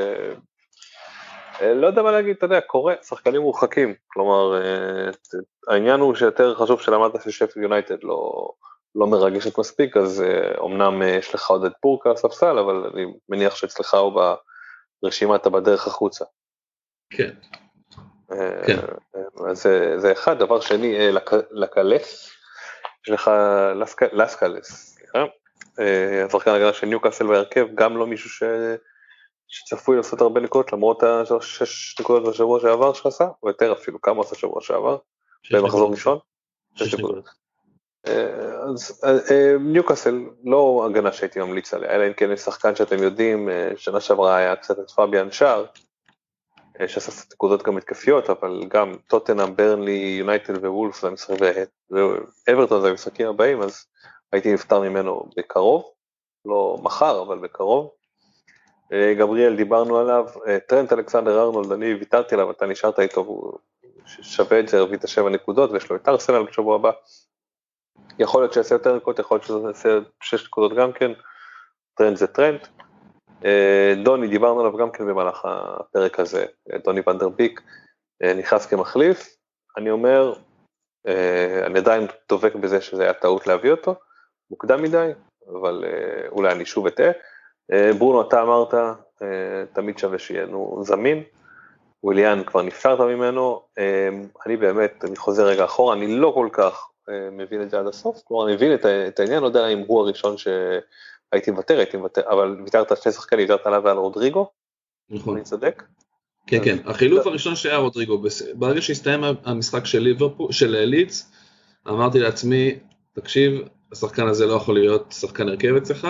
לא יודע מה להגיד, אתה יודע, קורה, שחקנים מורחקים, כלומר, העניין הוא שיותר חשוב שלמדת ששפילד יונייטד לא... לא מרגשת מספיק, אז אומנם יש לך עוד את פורקה על ספסל, אבל אני מניח שאצלך הוא ברשימה אתה בדרך החוצה. כן. כן. אז זה אחד. דבר שני, לקלס, יש לך לסקלס, סליחה, השחקן הגנה של ניוקאסל בהרכב, גם לא מישהו ש... שצפוי לעשות הרבה נקודות, למרות השש נקודות בשבוע שעבר שעשה, או יותר אפילו, כמה עשה שבוע שעבר, במחזור ראשון. שש נקודות. אז ניוקאסל לא הגנה שהייתי ממליץ עליה, אלא אם כן יש שחקן שאתם יודעים, שנה שעברה היה קצת את פאביאן שר, שעשה נקודות גם התקפיות, אבל גם טוטנהאם, ברנלי, יונייטד ווולף, ואברטון זה המשחקים הבאים, אז הייתי נפטר ממנו בקרוב, לא מחר, אבל בקרוב. גבריאל, דיברנו עליו, טרנט אלכסנדר ארנולד, אני ויתרתי עליו, אתה נשארת איתו, הוא שווה את זה, הרביא את השבע נקודות, ויש לו את ארסנל בשבוע הבא. יכול להיות שיעשה יותר נקודות, יכול להיות שיעשה שש נקודות גם כן, טרנט זה טרנט. דוני, דיברנו עליו גם כן במהלך הפרק הזה, דוני ונדרביק, נכנס כמחליף, אני אומר, אני עדיין דובק בזה שזה היה טעות להביא אותו, מוקדם מדי, אבל אולי אני שוב אטעה. ברונו, אתה אמרת, תמיד שווה שיהיה זמין, וויליאן כבר נפטרת ממנו, אני באמת, אני חוזר רגע אחורה, אני לא כל כך מבין את זה עד הסוף, כלומר אני מבין את העניין, לא יודע אם הוא הראשון שהייתי מוותר, הייתי מוותר, אבל ויתרת על שני שחקנים, ויתרת עליו ועל רודריגו, נכון. אני צודק? כן, כן, החילוף הראשון שהיה רודריגו, ברגע שהסתיים המשחק של ליברפול, של לידס, אמרתי לעצמי, תקשיב, השחקן הזה לא יכול להיות שחקן הרכב אצלך,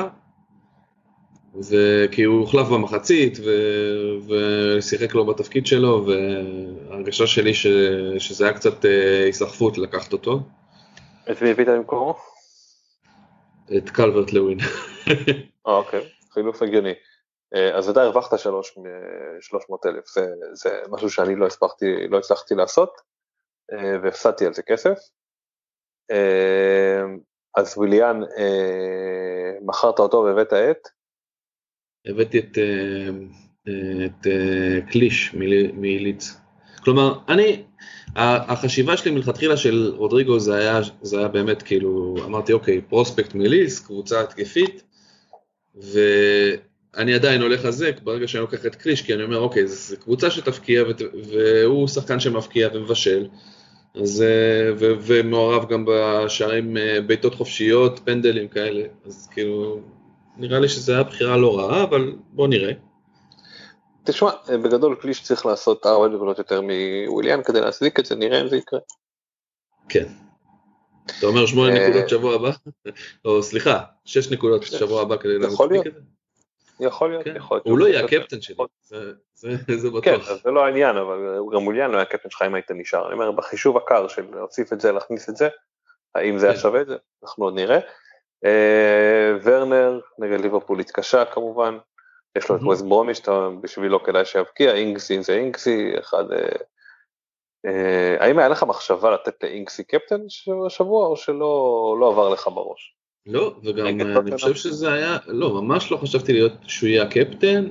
וכי הוא הוחלף במחצית, ושיחק לו בתפקיד שלו, וההרגשה שלי ש... שזה היה קצת הסחפות לקחת אותו. את מי הבאת במקומו? את קלברט לווין. אוקיי, חילוף הגיוני. אז אתה הרווחת שלוש מאות אלף, זה, זה משהו שאני לא הספקתי, לא הצלחתי לעשות, והפסדתי על זה כסף. אז וויליאן, מכרת אותו והבאת את? הבאתי את, את קליש מליץ. כלומר, אני, החשיבה שלי מלכתחילה של רודריגו זה היה, זה היה באמת כאילו, אמרתי אוקיי, פרוספקט מליס, קבוצה התקפית, ואני עדיין הולך לזה, ברגע שאני לוקח את קליש, כי אני אומר אוקיי, זו קבוצה שתפקיע, והוא שחקן שמפקיע ומבשל, אז, ו, ומעורב גם בשערים ביתות חופשיות, פנדלים כאלה, אז כאילו, נראה לי שזה היה בחירה לא רעה, אבל בוא נראה. תשמע, בגדול קליש צריך לעשות ארבע נקודות יותר מוויליאן כדי להצדיק את זה, נראה אם זה יקרה. כן. אתה אומר שמונה נקודות שבוע הבא? או סליחה, שש נקודות שבוע הבא כדי להצדיק את זה? יכול להיות, יכול להיות. הוא לא יהיה הקפטן שלי, זה בטוח. כן, זה לא העניין, אבל גם וויליאן לא היה הקפטן שלך אם היית נשאר. אני אומר, בחישוב הקר של להוסיף את זה, להכניס את זה, האם זה היה שווה את זה? אנחנו עוד נראה. ורנר, נגד ליברפול התקשה כמובן, יש לו את ווסט ברומיץ', בשבילו כדאי שיבקיע, אינגסי זה אינגסי, אחד, האם היה לך מחשבה לתת לאינגסי קפטן שבוע, או שלא לא עבר לך בראש? לא, וגם אני חושב שזה היה, לא, ממש לא חשבתי להיות שהוא יהיה הקפטן,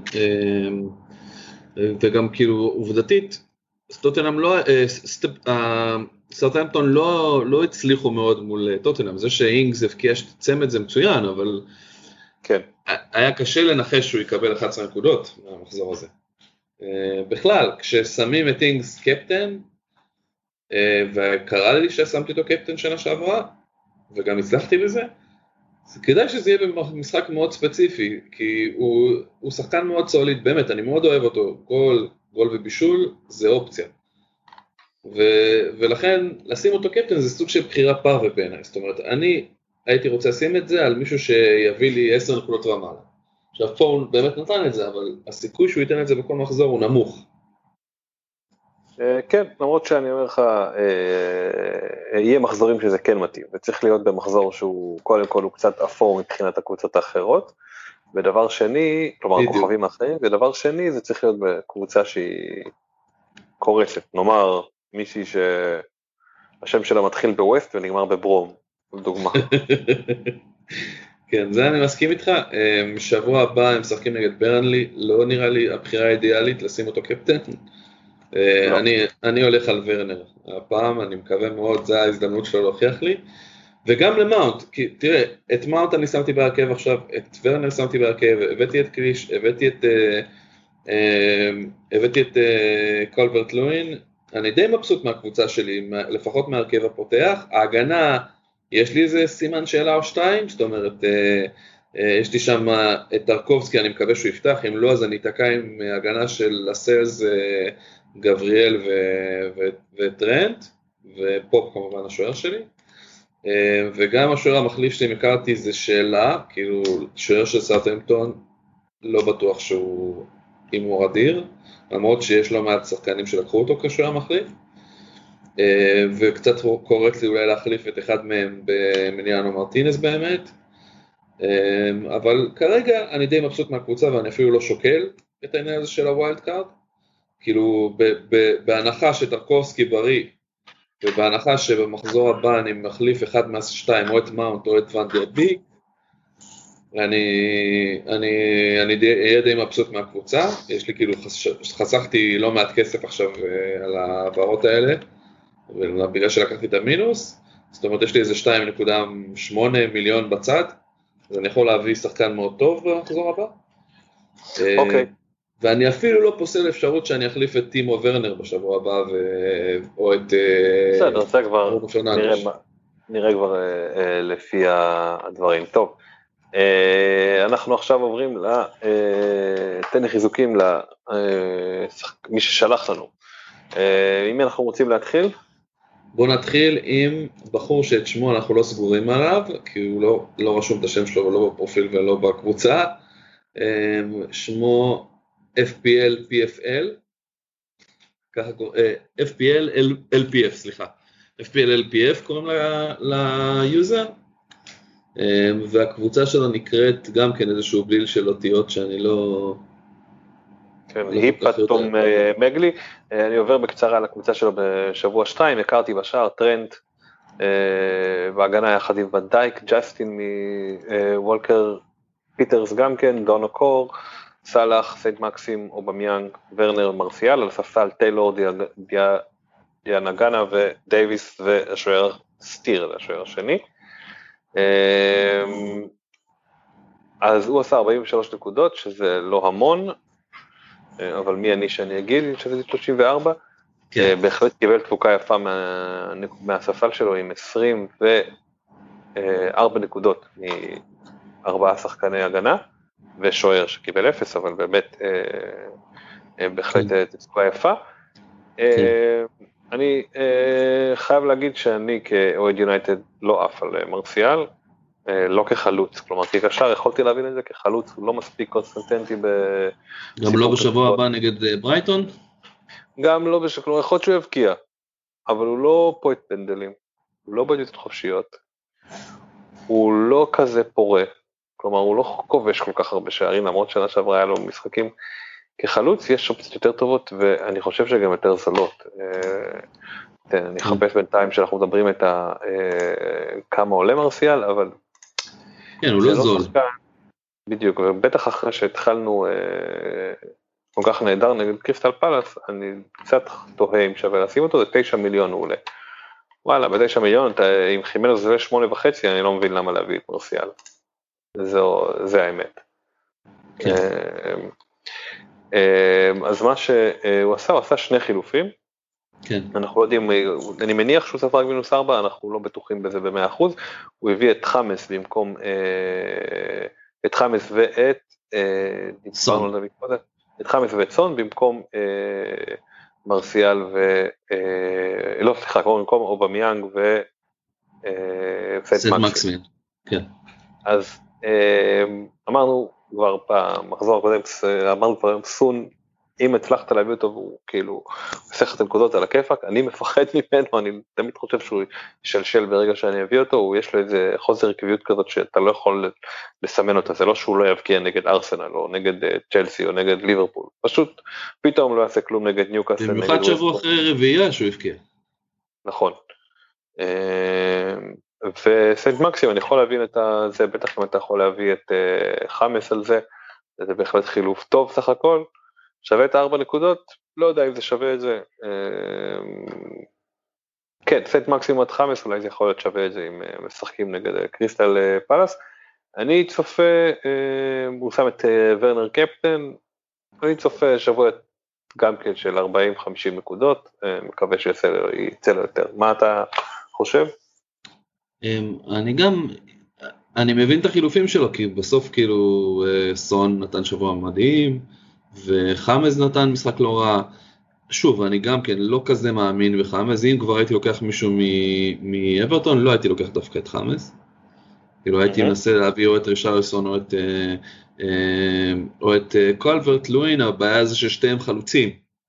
וגם כאילו עובדתית, טוטנהאם לא, סאות'המפטון לא, לא הצליחו מאוד מול טוטנהאם, זה שאינגס הבקיע שתצמד זה מצוין, אבל כן. היה קשה לנחש שהוא יקבל אחת עשרה נקודות מהמחזור הזה. בכלל, כששמים את אינגס קפטן, וקרא לי ששמתי אותו קפטן שנה שעברה, וגם הצלחתי בזה, אז כדאי שזה יהיה במשחק מאוד ספציפי, כי הוא, הוא שחקן מאוד סוליד, באמת, אני מאוד אוהב אותו, גול, גול ובישול, זה אופציה. ו, ולכן, לשים אותו קפטן זה סוג של בחירה פרווה בעיניי, זאת אומרת, אני הייתי רוצה לשים את זה על מישהו שיביא לי עשר נקודות ומעלה. עכשיו, פה הוא באמת נתן את זה, אבל הסיכוי שהוא ייתן את זה בכל מחזור הוא נמוך. כן, למרות שאני אומר לך, יהיה מחזורים שזה כן מתאים, וצריך להיות במחזור שהוא, קודם כל הוא קצת אפור מבחינת הקבוצות האחרות, ודבר שני, כלומר הכוכבים האחרים, ודבר שני זה צריך להיות בקבוצה שהיא קורסת, נאמר מישהי שהשם שלה מתחיל בווסט ונגמר בברום, לדוגמה. כן, זה אני מסכים איתך, שבוע הבא הם משחקים נגד ברנלי, לא נראה לי הבחירה האידיאלית לשים אותו קפטן, אני, אני הולך על ורנר, הפעם אני מקווה מאוד, זה ההזדמנות שלו להוכיח לי, וגם למאונט, כי תראה, את מאונט אני שמתי בהרכב עכשיו, את ורנר שמתי בהרכב, הבאתי את קליש, הבאתי את, הבאתי את קולברט לווין, אני די מבסוט מהקבוצה שלי, לפחות מהרכב הפותח. ההגנה, יש לי איזה סימן שאלה או שתיים, זאת אומרת, אה, אה, יש לי שם את טרקובסקי, אני מקווה שהוא יפתח, אם לא אז אני אתקע עם הגנה של הסלס, אה, גבריאל ו- ו- וטרנט, ופופ כמובן השוער שלי. אה, וגם השוער המחליף שלי מקרתי זה שאלה, כאילו שוער של סאות'המפטון, לא בטוח שהוא הימור אדיר, למרות שיש לו מעט שחקנים שלקחו אותו כשוער המחליף, אה, וקצת קוראת לי אולי להחליף את אחד מהם במליאנו מרטינס באמת, אה, אבל כרגע אני די מבסוט מהקבוצה ואני אפילו לא שוקל את העניין הזה של הווילד קארד, כאילו ב- ב- בהנחה שטרקובסקי בריא, ובהנחה שבמחזור הבא אני מחליף אחד מהשתיים, או את מאונט או את ון דר ביק, אני, אני, אני אהיה די מבסוט מהקבוצה, יש לי כאילו, חסכתי לא מעט כסף עכשיו על העברות האלה, בגלל שלקחתי את המינוס, זאת אומרת יש לי איזה שתיים נקודה שמונה מיליון בצד, אז אני יכול להביא שחקן מאוד טוב במחזור הבא. אוקיי. ואני אפילו לא פוסל אפשרות שאני אחליף את טימו ורנר בשבוע הבא, ו... או את... בסדר, זה כבר, נראה, נראה כבר אה, לפי הדברים. טוב, אה, אנחנו עכשיו עוברים ל... אה, תן לי חיזוקים למי ששלח לנו. אה, אם אנחנו רוצים להתחיל? בוא נתחיל עם בחור שאת שמו אנחנו לא סגורים עליו, כי הוא לא, לא רשום את השם שלו, לא בפרופיל ולא בקבוצה. אה, שמו אף פי אל פי אף אל, ככה קוראים, אף פי אל אל פי אף, סליחה. אף פי אל אל פי אף קוראים ליוזר, והקבוצה שלו נקראת גם כן איזשהו בליל של אותיות שאני לא... כן, היפטום מגלי. אני עובר בקצרה על הקבוצה שלו בשבוע שתיים, הכרתי בשער טרנט, והגנה יחד עם ונדייק, ג'סטין מוולקר פיטרס גם כן, דונו קור, סלאח, סנט מקסים, אובמיאנג, ורנר, מרסיאל, על הספסל טיילור, דיאנגנה ודייביס והשוער סטיר, זה השוער השני. אז הוא עשה ארבעים ושלוש נקודות, שזה לא המון, אבל מי אני שאני אגיד, שזה שלושים וארבע, כן. בהחלט קיבל תפוקה יפה מה, מהספסל שלו עם עשרים וארבע נקודות מארבעה שחקני הגנה, ושוער שקיבל אפס, אבל באמת בהחלט כן. תפוקה יפה. כן. אני חייב להגיד שאני כאוהד יונייטד לא עף על מרסיאל, לא כחלוץ, כלומר כקשר יכולתי להבין את זה כחלוץ, הוא לא מספיק קונסטנטי ב... גם לא בשבוע הבא נגד ברייטון? גם לא בשבוע, כלומר יכול להיות שהוא יבקיע, אבל הוא לא פועט פנדלים, הוא לא בעיטות חופשיות, הוא לא כזה פורה, כלומר הוא לא כובש כל כך הרבה שערים, למרות שנה שעברה היה לו משחקים כחלוץ, יש אופציות יותר טובות, ואני חושב שגם יותר זלות. אני אחפש בינתיים שאנחנו מדברים את כמה עולה מרסיאל, אבל... כן, הוא לא זול. בדיוק, ובטח אחרי שהתחלנו כל כך נהדר נגד קריסטל פלאס, אני קצת תוהה אם שווה לשים אותו, זה תשע מיליון הוא עולה. וואלה, בתשע מיליון, אם חימנוס זה שמונה וחצי, אני לא מבין למה להביא את מרסיאל. זה האמת. אז מה שהוא עשה, הוא עשה שני חילופים. כן. אנחנו לא יודעים, אני מניח שהוא ספק מינוס ארבע, אנחנו לא בטוחים בזה במאה אחוז. הוא הביא את חמאס במקום, את חמאס ואת, סון. את חמאס ואת סון במקום מרסיאל ו... לא, סליחה, במקום אובמיאנג וסט מקסמן. כן. אז אמרנו כבר במחזור הקודם, אמרנו כבר סון, אם הצלחת להביא אותו, והוא כאילו עושה את הנקודות על הכיפק, אני מפחד ממנו, אני תמיד חושב שהוא ישלשל ברגע שאני אביא אותו, יש לו איזה חוסר עקביות כזאת שאתה לא יכול לסמן אותה, זה לא שהוא לא יבקיע נגד ארסנל, או נגד צ'לסי, או נגד ליברפול, פשוט פתאום לא יעשה כלום נגד ניוקאסל. במיוחד שבוע אחרי רביעייה שהוא יבקיע. נכון. וסנט מקסים, אני יכול להבין את זה, בטח אם אתה יכול להביא את חמאס על זה, זה בהחלט חילוף טוב סך הכל, שווה את הארבע נקודות, לא יודע אם זה שווה את זה, כן, סנט מקסים עד חמאס, אולי זה יכול להיות שווה את זה אם משחקים נגד קריסטל פלאס, אני צופה, הוא שם את ורנר קפטן, אני צופה שבוע גם כן של ארבעים חמישים נקודות, מקווה שיצא לו יותר. מה אתה חושב? אני גם, אני מבין את החילופים שלו, כי בסוף כאילו סון נתן שבוע מדהים, וחמז נתן משחק לא רע. שוב, אני גם כן לא כזה מאמין בחמז, אם כבר הייתי לוקח מישהו מאברטון, לא הייתי לוקח דווקא את חמז. כאילו הייתי מנסה להביא או את רישרלסון או את, או את קולברט לואין, הבעיה זה ששתיהם חלוצים.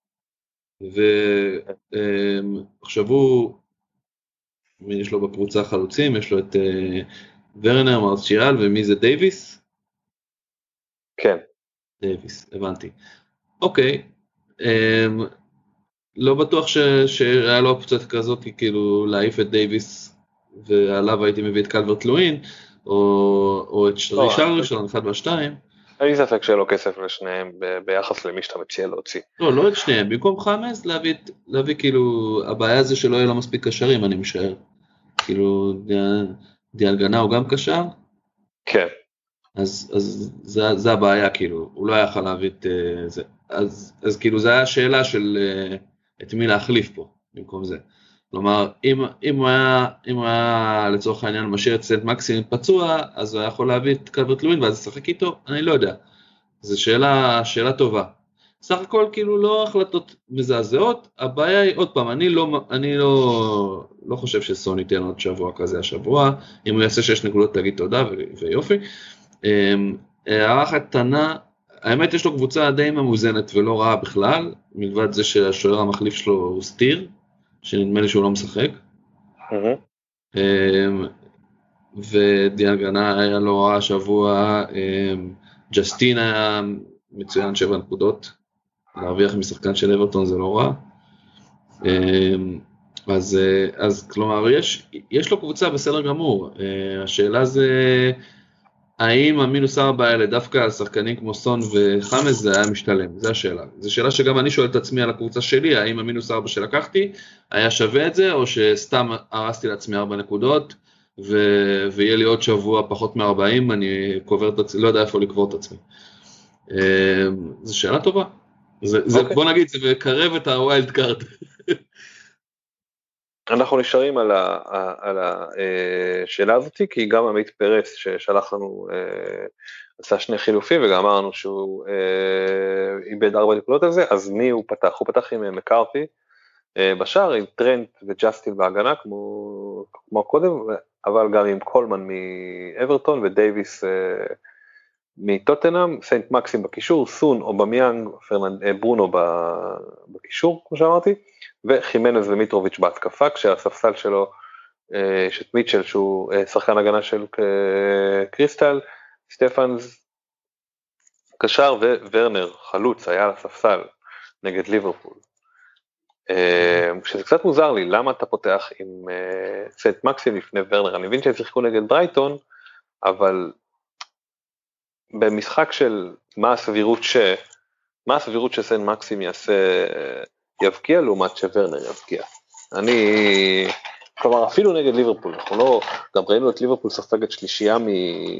ועכשיו הוא, מי יש לו בקבוצה חלוצים? יש לו את ורנר, מרציאל, ומי זה דייביס? כן. דייביס, הבנתי. אוקיי. לא בטוח שהיה לו אופציה כזאת, כאילו להעיף את דייביס, ועליו הייתי מביא את קלברט לואין, או את רישרלסון, אחד מהשתיים. אין לי ספק שיהיה לו כסף לשניהם ביחס למי שאתה מציע להוציא. לא, לא את שניהם, במקום חמאס להביא כאילו, הבעיה זה שלא יהיה לו מספיק קשרים, אני משער. כאילו, דיאלגנה הוא גם קשר? כן. אז, אז זה, זה הבעיה, כאילו, הוא לא היה יכול להביא את זה. אז, אז כאילו, זה היה שאלה של את מי להחליף פה, במקום זה. כלומר, אם, אם הוא היה, אם הוא היה לצורך העניין משאיר את סנט מקסים פצוע, אז הוא היה יכול להביא את קלברט לואין, ואז לשחק איתו, אני לא יודע. זו שאלה, שאלה טובה. סך הכל כאילו לא החלטות מזעזעות, הבעיה היא עוד פעם, אני לא, אני לא, לא חושב שסון ייתן עוד שבוע כזה השבוע, אם הוא יעשה שש נקודות תגיד תודה ויופי. הערה אחת קטנה, האמת יש לו קבוצה די ממוזנת ולא רעה בכלל, מלבד זה שהשוער המחליף שלו הוא סטיר, שנדמה לי שהוא לא משחק. ודיאלגנה היה לא רע השבוע, ג'סטין היה מצוין שבע נקודות, להרוויח משחקן של אברטון זה לא רע. אז, אז כלומר, יש, יש לו קבוצה בסדר גמור. השאלה זה, האם המינוס ארבע האלה דווקא על שחקנים כמו סון וחמאס זה היה משתלם? זו השאלה. זו שאלה שגם אני שואל את עצמי על הקבוצה שלי, האם המינוס ארבע שלקחתי היה שווה את זה, או שסתם הרסתי לעצמי ארבע נקודות, ו- ויהיה לי עוד שבוע פחות מ-ארבעים, אני קובר את עצמי, לא יודע איפה לקבור את עצמי. זו שאלה טובה. זה, זה, okay. בוא נגיד, זה מקרב את הווילד קארד. אנחנו נשארים על, ה, על השאלה הזאת, כי גם עמית פרס ששלח לנו, עשה שני חילופים, וגם אמרנו שהוא איבד ארבע נקודות על זה, אז מי הוא פתח? הוא פתח עם מקארתי בשער, עם טרנט וג'סטין בהגנה, כמו, כמו קודם, אבל גם עם קולמן מאברטון ודייביס מטוטנאם, סנט מקסים בקישור, סון או במיאנג, ברונו בקישור, כמו שאמרתי, וחימנז ומיטרוביץ' בהתקפה, כשהספסל שלו, יש את מיטשל שהוא שחקן הגנה של קריסטל, סטפנס קשר וורנר חלוץ היה על הספסל נגד ליברפול. שזה קצת מוזר לי, למה אתה פותח עם סנט מקסים לפני וורנר? אני מבין שהם שיחקו נגד ברייטון, אבל במשחק של מה הסבירות ש... מה הסבירות שסנט מקסים יעשה, יבקיע לעומת שוורנר יבקיע. אני, כלומר אפילו נגד ליברפול, אנחנו לא, גם ראינו את ליברפול ספגת שלישייה מ...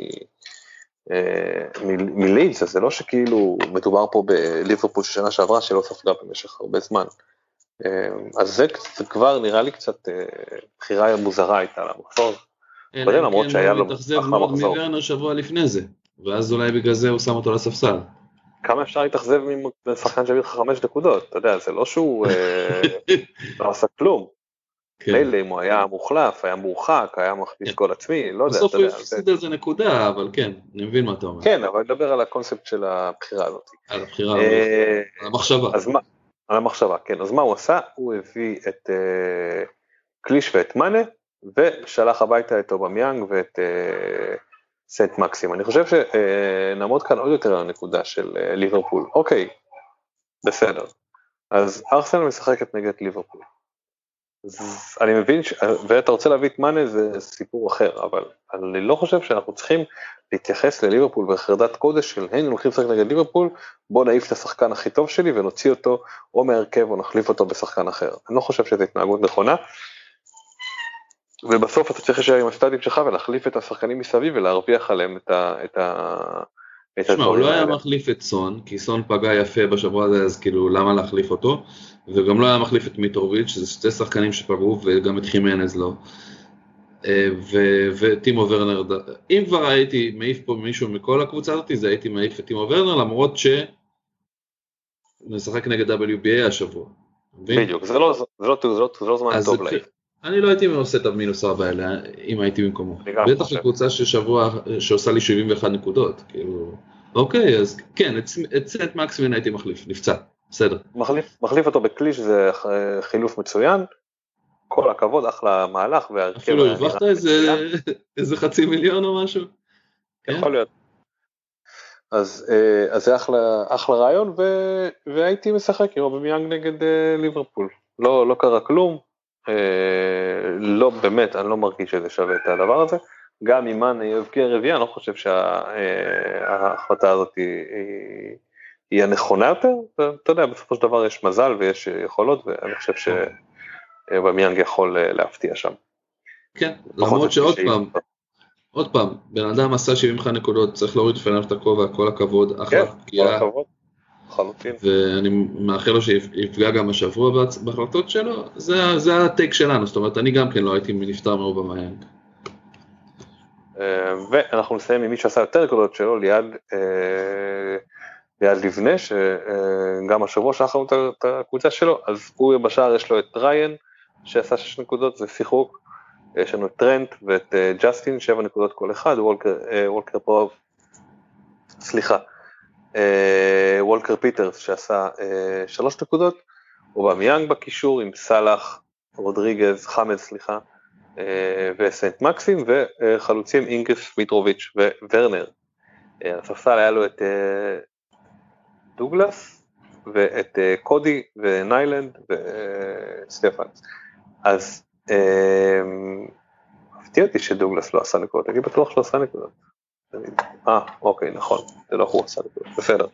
מלידס, אז זה לא שכאילו מדובר פה בליברפול ששנה שעברה שלא ספגה במשך הרבה זמן. אז זה, זה כבר נראה לי קצת בחירה מוזרה הייתה למחזור. קודם למרות שהיה לו מתאכזב מאוד מוורנר שבוע לפני זה, ואז אולי בגלל זה הוא שם אותו לספסל. כמה אפשר להתאכזב משחקן שהביא לך חמש נקודות, אתה יודע, זה לא שהוא לא עשה כלום. מילא אם הוא היה מוחלף, היה מורחק, היה מכניס גול עצמי, לא יודע. בסוף הוא הפסיד על זה נקודה, אבל כן, אני מבין מה אתה אומר. כן, אבל נדבר על הקונספט של הבחירה הזאת. על הבחירה, על המחשבה. אז מה, על המחשבה, כן. אז מה הוא עשה? הוא הביא את קליש ואת מנה, ושלח הביתה את אובמיאנג ואת סנט מקסים. אני חושב שנעמוד כאן עוד יותר על הנקודה של ליברפול. אוקיי, בסדר. אז ארסנל משחקת נגד ליברפול. אני מבין, ש... ואתה רוצה להביא את מנה זה סיפור אחר, אבל אני לא חושב שאנחנו צריכים להתייחס לליברפול בחרדת קודש של הנה הולכים לשחק נגד ליברפול, בוא נעיף את השחקן הכי טוב שלי ונוציא אותו או מהרכב או נחליף אותו בשחקן אחר. אני לא חושב שזו התנהגות נכונה, ובסוף אתה צריך להישאר עם הסטטים שלך ולהחליף את השחקנים מסביב ולהרוויח עליהם את, ה... את תשמע, הוא לא היה מחליף את סון, כי סון פגע יפה בשבוע הזה, אז כאילו למה להחליף אותו, וגם לא היה מחליף את מיטרוביץ', שזה שתי שחקנים שפגעו, וגם את חימנז לא. וטימו ורנר, אם כבר הייתי מעיף פה מישהו מכל הקבוצה הזאת, זה הייתי מעיף את טימו ורנר, למרות שנשחק נגד דאבליו בי איי השבוע. בדיוק, זה לא זמן טוב להם. אני לא הייתי עושה את המינוס ארבע האלה, אם הייתי במקומו. בטח לקבוצה ששבוע, שעושה לי שבעים ואחת נקודות, כאילו, אוקיי, אז כן, את סנט מקסימין הייתי מחליף, נפצע, בסדר. מחליף אותו בקליש, זה חילוף מצוין, כל הכבוד, אחלה מהלך. אפילו הרווחת איזה חצי מיליון או משהו? יכול להיות. אז זה אחלה רעיון, והייתי משחק עם אובמיאנג נגד ליברפול. לא קרה כלום, לא באמת, אני לא מרגיש שזה שווה את הדבר הזה. גם אם אני יבקיע רביעי, אני לא חושב שההחלטה הזאת היא הנכונה יותר. אתה יודע, בסופו של דבר יש מזל ויש יכולות, ואני חושב ש... במיאנג יכול להפתיע שם. כן, למרות שעוד פעם, עוד פעם, בן אדם עשה שבעים ואחת נקודות, צריך להוריד לפניו את הכובע, כל הכבוד, אחלה פגיעה. כל הכבוד, חלוטין. ואני מאחל לו שיפגע גם השבוע בהחלטות שלו, זה הטייק שלנו, זאת אומרת, אני גם כן לא הייתי נפטר מאו במיאנג. ואנחנו נסיים עם מי שעשה יותר נקודות שלו, ליד... ליד לבנה, שגם השבוע שאחרנו את הקבוצה שלו, אז הוא בשער יש לו את ריין, שעשה שש נקודות, זה שיחוק, יש לנו את טרנט ואת ג'סטין, שבע נקודות כל אחד, וולקר, וולקר פרוב, סליחה, וולקר פיטרס שעשה שלוש נקודות, ובמיאנג בקישור עם סלאח, רודריגז, חמד, סליחה, וסנט מקסים, וחלוצים אינגס, מיטרוביץ' וורנר. הספסל היה לו את דוגלס, ואת קודי וניילנד וסטפנס. אז הפתיע אותי שדוגלס לא עשה נקודות, אני בטוח שלא עשה נקודות. אה, אוקיי, נכון, זה לא הוא עשה נקודות, בסדר.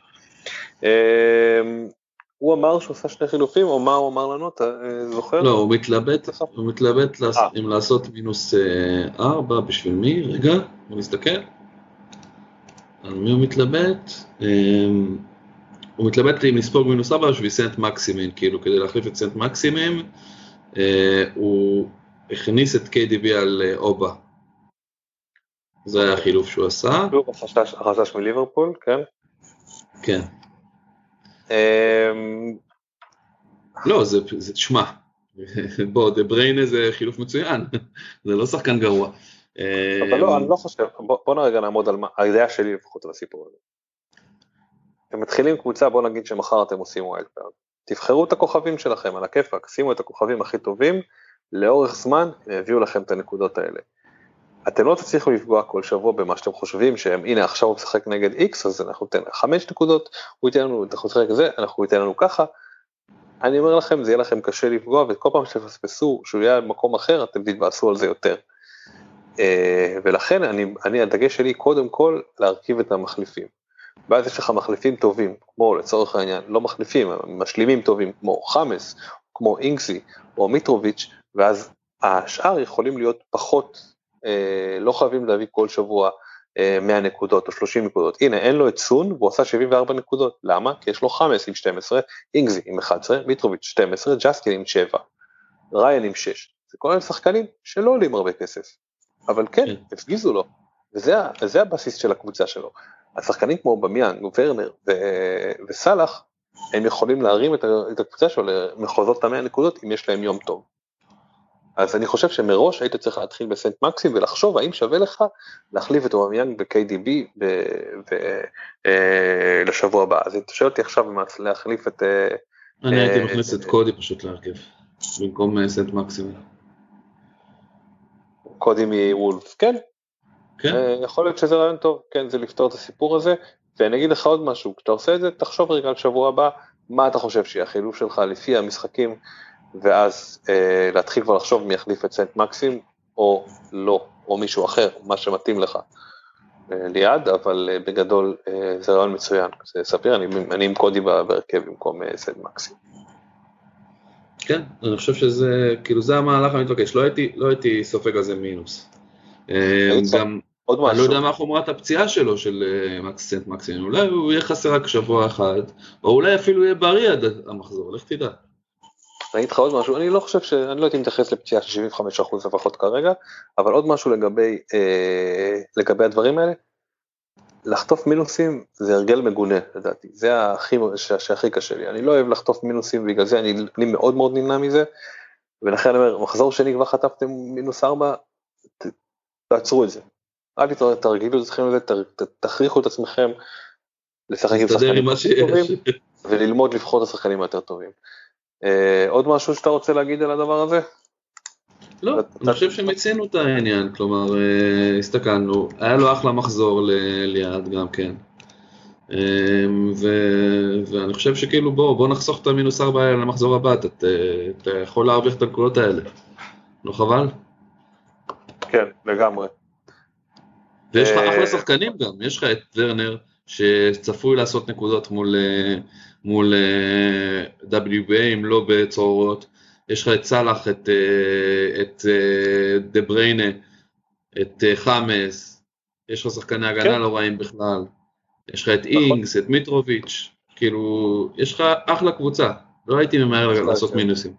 הוא אמר שהוא עושה שני חילופים, או מה הוא אמר לנו, אתה זוכר? לא, הוא מתלבט, הוא מתלבט אם לעשות מינוס ארבע בשביל מי, רגע, בוא נסתכל. על מי הוא מתלבט? הוא מתלבט אם לספוג מינוס ארבע בשביל סנט מקסימין, כאילו כדי להחליף את סנט מקסימין, הוא הכניס את קיי די בי על אובה. זה היה החילוף שהוא עשה. החשש מליברפול, כן? כן. לא, זה תשמע, בוא, דה בריינה זה חילוף מצוין, זה לא שחקן גרוע. אבל לא, אני לא חושב, בוא נרגע נעמוד על מה, הידיעה שלי לפחות על הסיפור הזה. אתם מתחילים קבוצה, בוא נגיד שמחר אתם עושים ווילדקארד. תבחרו את הכוכבים שלכם על הכיפק, שימו את הכוכבים הכי טובים, לאורך זמן הם הביאו לכם את הנקודות האלה. אתם לא תצליחו לפגוע כל שבוע במה שאתם חושבים, שהם, הנה עכשיו הוא משחק נגד X, אז אנחנו ניתן חמש נקודות, הוא ייתן לנו, אנחנו נשחק כזה, אנחנו ייתן לנו ככה. אני אומר לכם, זה יהיה לכם קשה לפגוע, וכל פעם שתפספסו שהוא יהיה במקום אחר, אתם תתבאסו על זה יותר. ולכן אני, אני, הדגש שלי קודם כל להרכיב את המחליפים. ואז יש לך מחליפים טובים, כמו לצורך העניין, לא מחליפים, משלימים טובים, כמו חמאס, כמו אינגסי, או מיטרוביץ', ואז השאר יכולים להיות פחות, אה, לא חייבים להביא כל שבוע אה, מאה נקודות או שלושים נקודות. הנה, אין לו את סון, והוא עשה שבעים וארבע נקודות. למה? כי יש לו חמאס עם שתים עשרה, אינגסי עם אחת עשרה, מיטרוביץ' שתים עשרה, ג'סטין עם שבע, ריין עם שש. זה כל מיני שחקנים שלא עולים הרבה כסף. אבל כן, הפגיזו לו, וזה, וזה הבסיס של הקבוצה שלו. השחקנים כמו במיאנג, ורנר וסלאח, הם יכולים להרים את הקבוצה שלו למחוזות המאה נקודות, אם יש להם יום טוב. אז אני חושב שמראש היית צריך להתחיל בסנט מקסים, ולחשוב האם שווה לך להחליף את במיאנג ב-קיי די בי לשבוע הבא. אז אתה שואל אותי עכשיו להחליף את... אני הייתי מכניס את קודי פשוט להרכב, במקום סנט מקסים. קודי מוולף, כן? כן. יכול להיות שזה רעיון טוב, כן, זה לפתור את הסיפור הזה, ואני אגיד לך עוד משהו, כשאתה עושה את זה, תחשוב רגע על שבוע הבא, מה אתה חושב שיהיה החילוף שלך לפי המשחקים, ואז אה, להתחיל כבר לחשוב מי יחליף את סנט מקסים, או לא, או מישהו אחר, מה שמתאים לך אה, ליד, אבל אה, בגדול אה, זה רעיון מצוין, זה ספיר, אני, אני עם קודי בהרכב במקום אה, סנט מקסים. כן, אני חושב שזה, כאילו זה המהלך המתבקש, לא הייתי, לא הייתי סופג על זה מינוס. גם... עוד אני לא משהו. יודע מה חומרת הפציעה שלו, של סנט מקסים, אולי הוא יהיה חסר רק שבוע אחד, או אולי אפילו יהיה בריא עד המחזור, לך תדע. אני אגיד לך עוד משהו, אני לא חושב ש... אני לא הייתי מתייחס לפציעה של שבעים וחמישה אחוז לפחות כרגע, אבל עוד משהו לגבי, אה, לגבי הדברים האלה, לחטוף מינוסים זה הרגל מגונה, לדעתי, זה הכי, שהכי קשה לי, אני לא אוהב לחטוף מינוסים, בגלל זה אני, אני מאוד מאוד נמנע מזה, ולכן אני אומר, מחזור שני כבר חטפתם מינוס ארבע, ת, תעצרו את זה, אל תרגילו את עצמכם לזה, ת, תכריחו את עצמכם, לשחק עם שחקנים טובים, וללמוד לבחור את השחקנים היותר טובים. אה, עוד משהו שאתה רוצה להגיד על הדבר הזה? לא, אני חושב שמיצינו את העניין, כלומר, הסתכלנו, היה לו אחלה מחזור ליד גם כן, ואני חושב שכאילו בוא, בוא נחסוך את המינוס ארבע האלה למחזור הבא, אתה יכול להרוויח את הנקודות האלה, לא חבל? כן, לגמרי. ויש לך אחלה שחקנים גם, יש לך את ורנר, שצפוי לעשות נקודות מול, מול דאבליו בי איי, אם לא בצורות, יש לך את סלאח, את, את דה בריינה, את חמאס, יש לך שחקני הגנה כן. לא רעים בכלל, יש לך את נכון. אינגס, את מיטרוביץ', כאילו, יש לך אחלה קבוצה, לא הייתי ממהר לעשות מינוסים.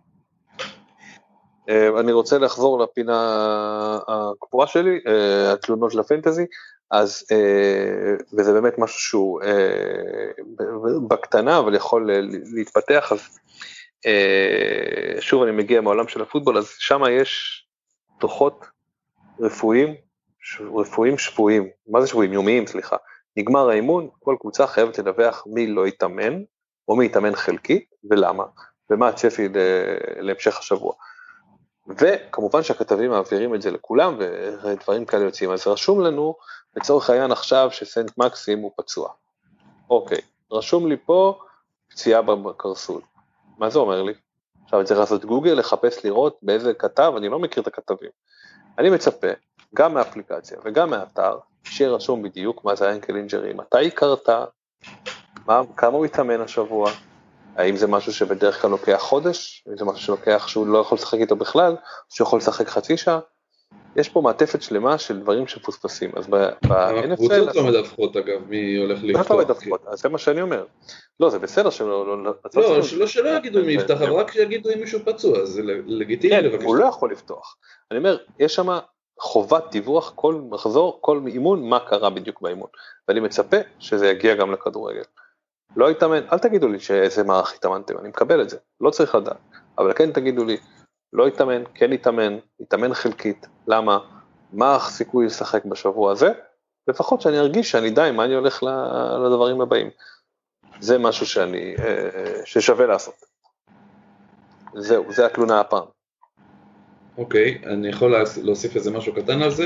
אני רוצה לחזור לפינה הקבועה שלי, התלונות של הפנטזי, אז, וזה באמת משהו שהוא בקטנה, אבל יכול להתפתח, אז שוב אני מגיע מהעולם של הפוטבול, אז שם יש דוחות רפואיים, רפואיים שבועים, מה זה שבועים? יומיים, סליחה. נגמר האימון, כל קבוצה חייבת לדווח מי לא יתאמן, או מי יתאמן חלקי, ולמה, ומה הצפי להמשך השבוע. וכמובן שהכתבים מעבירים את זה לכולם, ודברים כאלה יוצאים, אז רשום לנו, לצורך העניין עכשיו שסנט מקסים הוא פצוע. אוקיי, רשום לי פה פציעה בקרסול. מה זה אומר לי? עכשיו אני צריך לעשות גוגל, לחפש לראות באיזה כתב, אני לא מכיר את הכתבים. אני מצפה, גם מהאפליקציה וגם מהאתר, שיהיה רשום בדיוק מה זה האנקל אינג'רי, מתי היא קרתה, מה, כמה הוא יתאמן השבוע, האם זה משהו שבדרך כלל לוקח חודש, האם זה משהו שלוקח שהוא לא יכול לשחק איתו בכלל, שהוא יכול לשחק חצי שעה, יש פה מעטפת שלמה של דברים שפוספסים, אז ב-אן אף אל... הקבוצות לא מדווחות אגב, מי הולך לפתוח. לא מדווחות, אז זה מה שאני אומר. לא, זה בסדר שלא... לא, שלא יגידו מי יפתח, אבל רק שיגידו אם מישהו פצוע, אז זה לגיטימי לבקש. כן, הוא לא יכול לפתוח. אני אומר, יש שם חובת דיווח כל מחזור, כל אימון, מה קרה בדיוק באימון. ואני מצפה שזה יגיע גם לכדורגל. לא יתאמן, אל תגידו לי שאיזה מערך יתאמנתם, אני מקבל את זה, לא צריך לדעת. אבל כן תגידו לי, לא יתאמן, כן יתאמן, יתאמן חלקית, למה, מה הסיכוי לשחק בשבוע הזה, לפחות שאני ארגיש שאני די, מה אני הולך לדברים הבאים. זה משהו שאני, ששווה לעשות. זהו, זה התלונה הפעם. אוקיי, אני יכול להוסיף איזה משהו קטן על זה.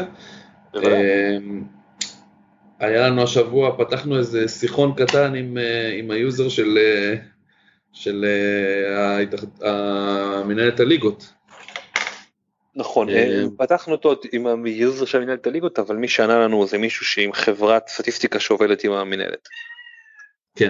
היה לנו השבוע, פתחנו איזה שיחון קטן עם, עם היוזר של, של מנהלת הליגות. נכון, פתחנו אותו עם היוזר של מנהלת הליגות, אבל מי שענה לנו זה מישהו שעם חברת סטטיסטיקה שעובדת עם המנהלת. כן.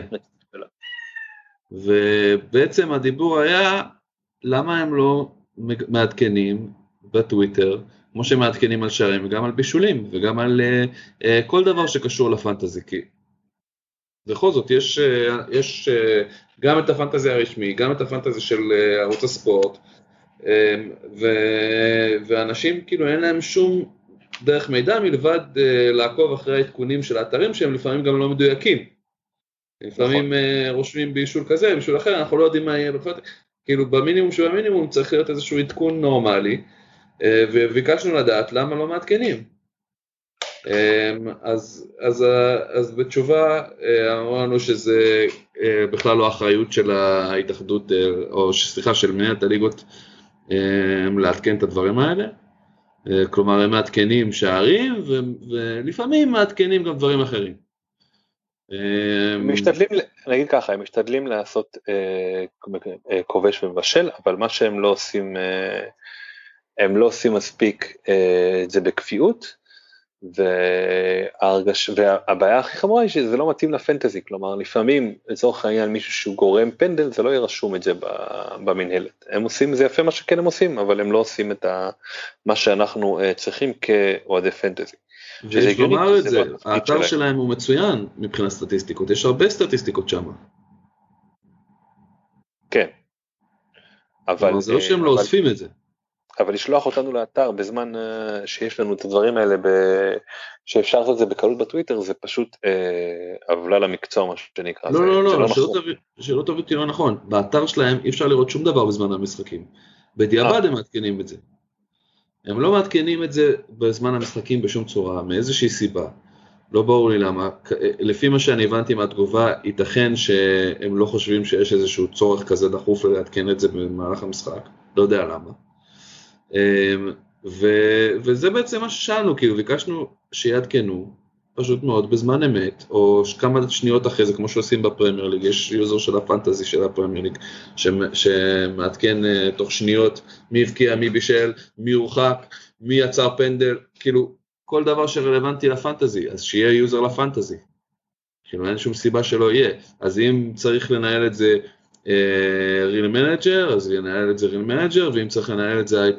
ובעצם הדיבור היה, למה הם לא מעדכנים בטוויטר, כמו שמעדכנים על שערים, וגם על בישולים, וגם על uh, uh, כל דבר שקשור לפנטזי, כי בכל זאת, יש, uh, יש uh, גם את הפנטזי הרשמי, גם את הפנטזי של uh, ערוץ הספורט, uh, ו- ואנשים כאילו אין להם שום דרך מידע מלבד uh, לעקוב אחרי העדכונים של האתרים, שהם לפעמים גם לא מדויקים. לפעמים uh, רושמים בישול כזה, בישול אחר, אנחנו לא יודעים מה יהיה בפנטזי, כאילו במינימום שבמינימום צריך להיות איזשהו עדכון נורמלי, וביקשנו לדעת למה לא מעדכנים. אז, אז, אז בתשובה אמרנו שזה בכלל לא אחריות של ההתאחדות, או סליחה של מנהלת הליגות, לעדכן את הדברים האלה. כלומר הם מעדכנים שערים, ולפעמים מעדכנים גם דברים אחרים. משתדלים, נגיד ככה, הם משתדלים לעשות כובש ומבשל, אבל מה שהם לא עושים, הם לא עושים מספיק את זה בקביעות, וההרגש, והבעיה הכי חמורה היא שזה לא מתאים לפנטזי, כלומר לפעמים לצורך העניין מישהו שהוא גורם פנדל, זה לא יהיה רשום את זה במנהלת, הם עושים זה יפה מה שכן הם עושים, אבל הם לא עושים את מה שאנחנו צריכים כאוהדי פנטזי. ויש לומר את זה, האתר שלהם הוא מצוין מבחינת סטטיסטיקות, יש הרבה סטטיסטיקות שם. כן. אבל זה לא שהם לא אוספים את זה. אבל לשלוח אותנו לאתר בזמן שיש לנו את הדברים האלה, שאפשר לעשות את זה בקלות בטוויטר, זה פשוט עוולה למקצוע, מה שנקרא. לא, לא, לא, שלא תביא אותי לא נכון. באתר שלהם אי אפשר לראות שום דבר בזמן המשחקים. בדיעבד הם מעדכנים את זה. הם לא מעדכנים את זה בזמן המשחקים בשום צורה, מאיזושהי סיבה. לא ברור לי למה. לפי מה שאני הבנתי מהתגובה, ייתכן שהם לא חושבים שיש איזשהו צורך כזה דחוף לעדכן את זה במהלך המשחק. לא יודע למה. ו- וזה בעצם מה ששאלנו, כאילו ביקשנו שיעדכנו פשוט מאוד בזמן אמת, או כמה שניות אחרי זה, כמו שעושים בפרמייר ליג, יש יוזר של הפנטזי של הפרמייר ליג, שמעדכן תוך שניות מי הבקיע, מי בישל, מי הורחק, מי יצר פנדל, כאילו כל דבר שרלוונטי לפנטזי, אז שיהיה יוזר לפנטזי, כאילו אין שום סיבה שלא יהיה, אז אם צריך לנהל את זה ריל מנג'ר, אז ינהל את זה ריל מנג'ר, ואם צריך לנהל את זה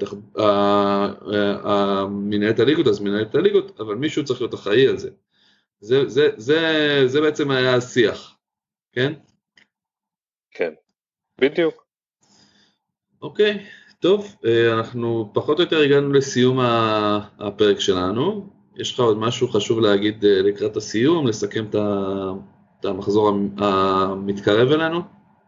מנהלת הליגות, אז מנהלת הליגות, אבל מישהו צריך להיות אחראי על זה. זה, זה, זה, זה בעצם היה השיח, כן? כן, בדיוק. אוקיי, טוב, אנחנו פחות או יותר הגענו לסיום הפרק שלנו. יש לך עוד משהו חשוב להגיד לקראת הסיום, לסכם את המחזור המתקרב אלינו?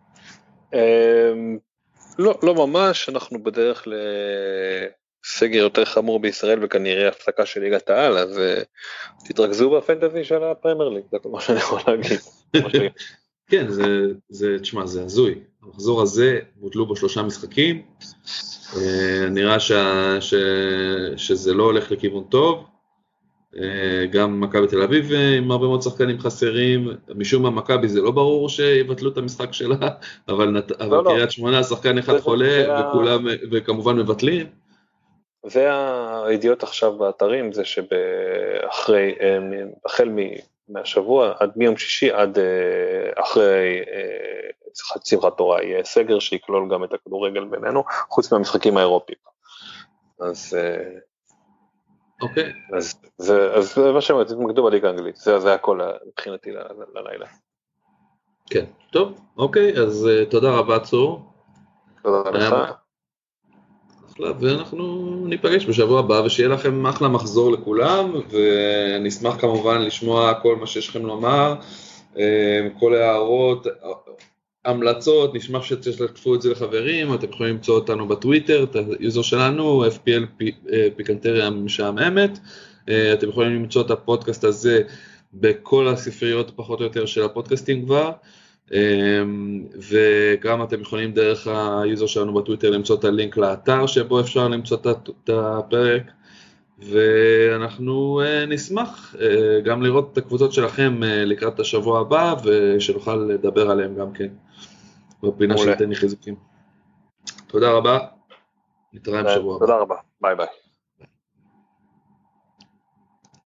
לא, לא ממש, אנחנו בדרך לסגר יותר חמור בישראל וכנראה הפסקה של ליגת העל, אז תתרכזו בפנטזי של הפרמייר ליג, זה מה שאני יכול להגיד. כן, זה, זה, תשמע, זה הזוי. המחזור הזה בוטלו בו שלושה משחקים, נראה ש, ש, שזה לא הולך לכיוון טוב, גם מכבי תל אביב עם הרבה מאוד שחקנים חסרים, משום מה מכבי זה לא ברור שיבטלו את המשחק שלה, אבל, נת... לא, אבל לא. קריית שמונה שחקן אחד חולה זה... וכולם, וכמובן מבטלים. והידיעות עכשיו באתרים זה שאחרי, החל מהשבוע, עד מיום שישי, עד אחרי שמחת תורה, יהיה סגר שיקלול גם את הכדורגל בינינו, חוץ מהמשחקים האירופיים. אז... אוקיי. אז זה, אז זה מה שאומרת, תתמקדו בליגה האנגלית, זה, זה הכל מבחינתי ללילה. כן, טוב, אוקיי, אז תודה רבה צור. תודה לך. אחלה, ואנחנו ניפגש בשבוע הבא, ושיהיה לכם אחלה מחזור לכולם, ונשמח כמובן לשמוע כל מה שיש לכם לומר, כל הערות, המלצות, נשמח שתשתפו את זה לחברים, אתם יכולים למצוא אותנו בטוויטר, את היוזר שלנו, אף פי אל פיקנטריה משעממת, אתם יכולים למצוא את הפודקאסט הזה בכל הספריות פחות או יותר של הפודקאסטים כבר, וגם אתם יכולים דרך היוזר שלנו בטוויטר למצוא את הלינק לאתר שבו אפשר למצוא את הפרק, ואנחנו נשמח גם לראות את הקבוצות שלכם לקראת השבוע הבא, ושנוכל לדבר עליהם גם כן בפינה של תן לי חיזוקים. תודה רבה, נתראה בשבוע הבא. תודה רבה, ביי ביי.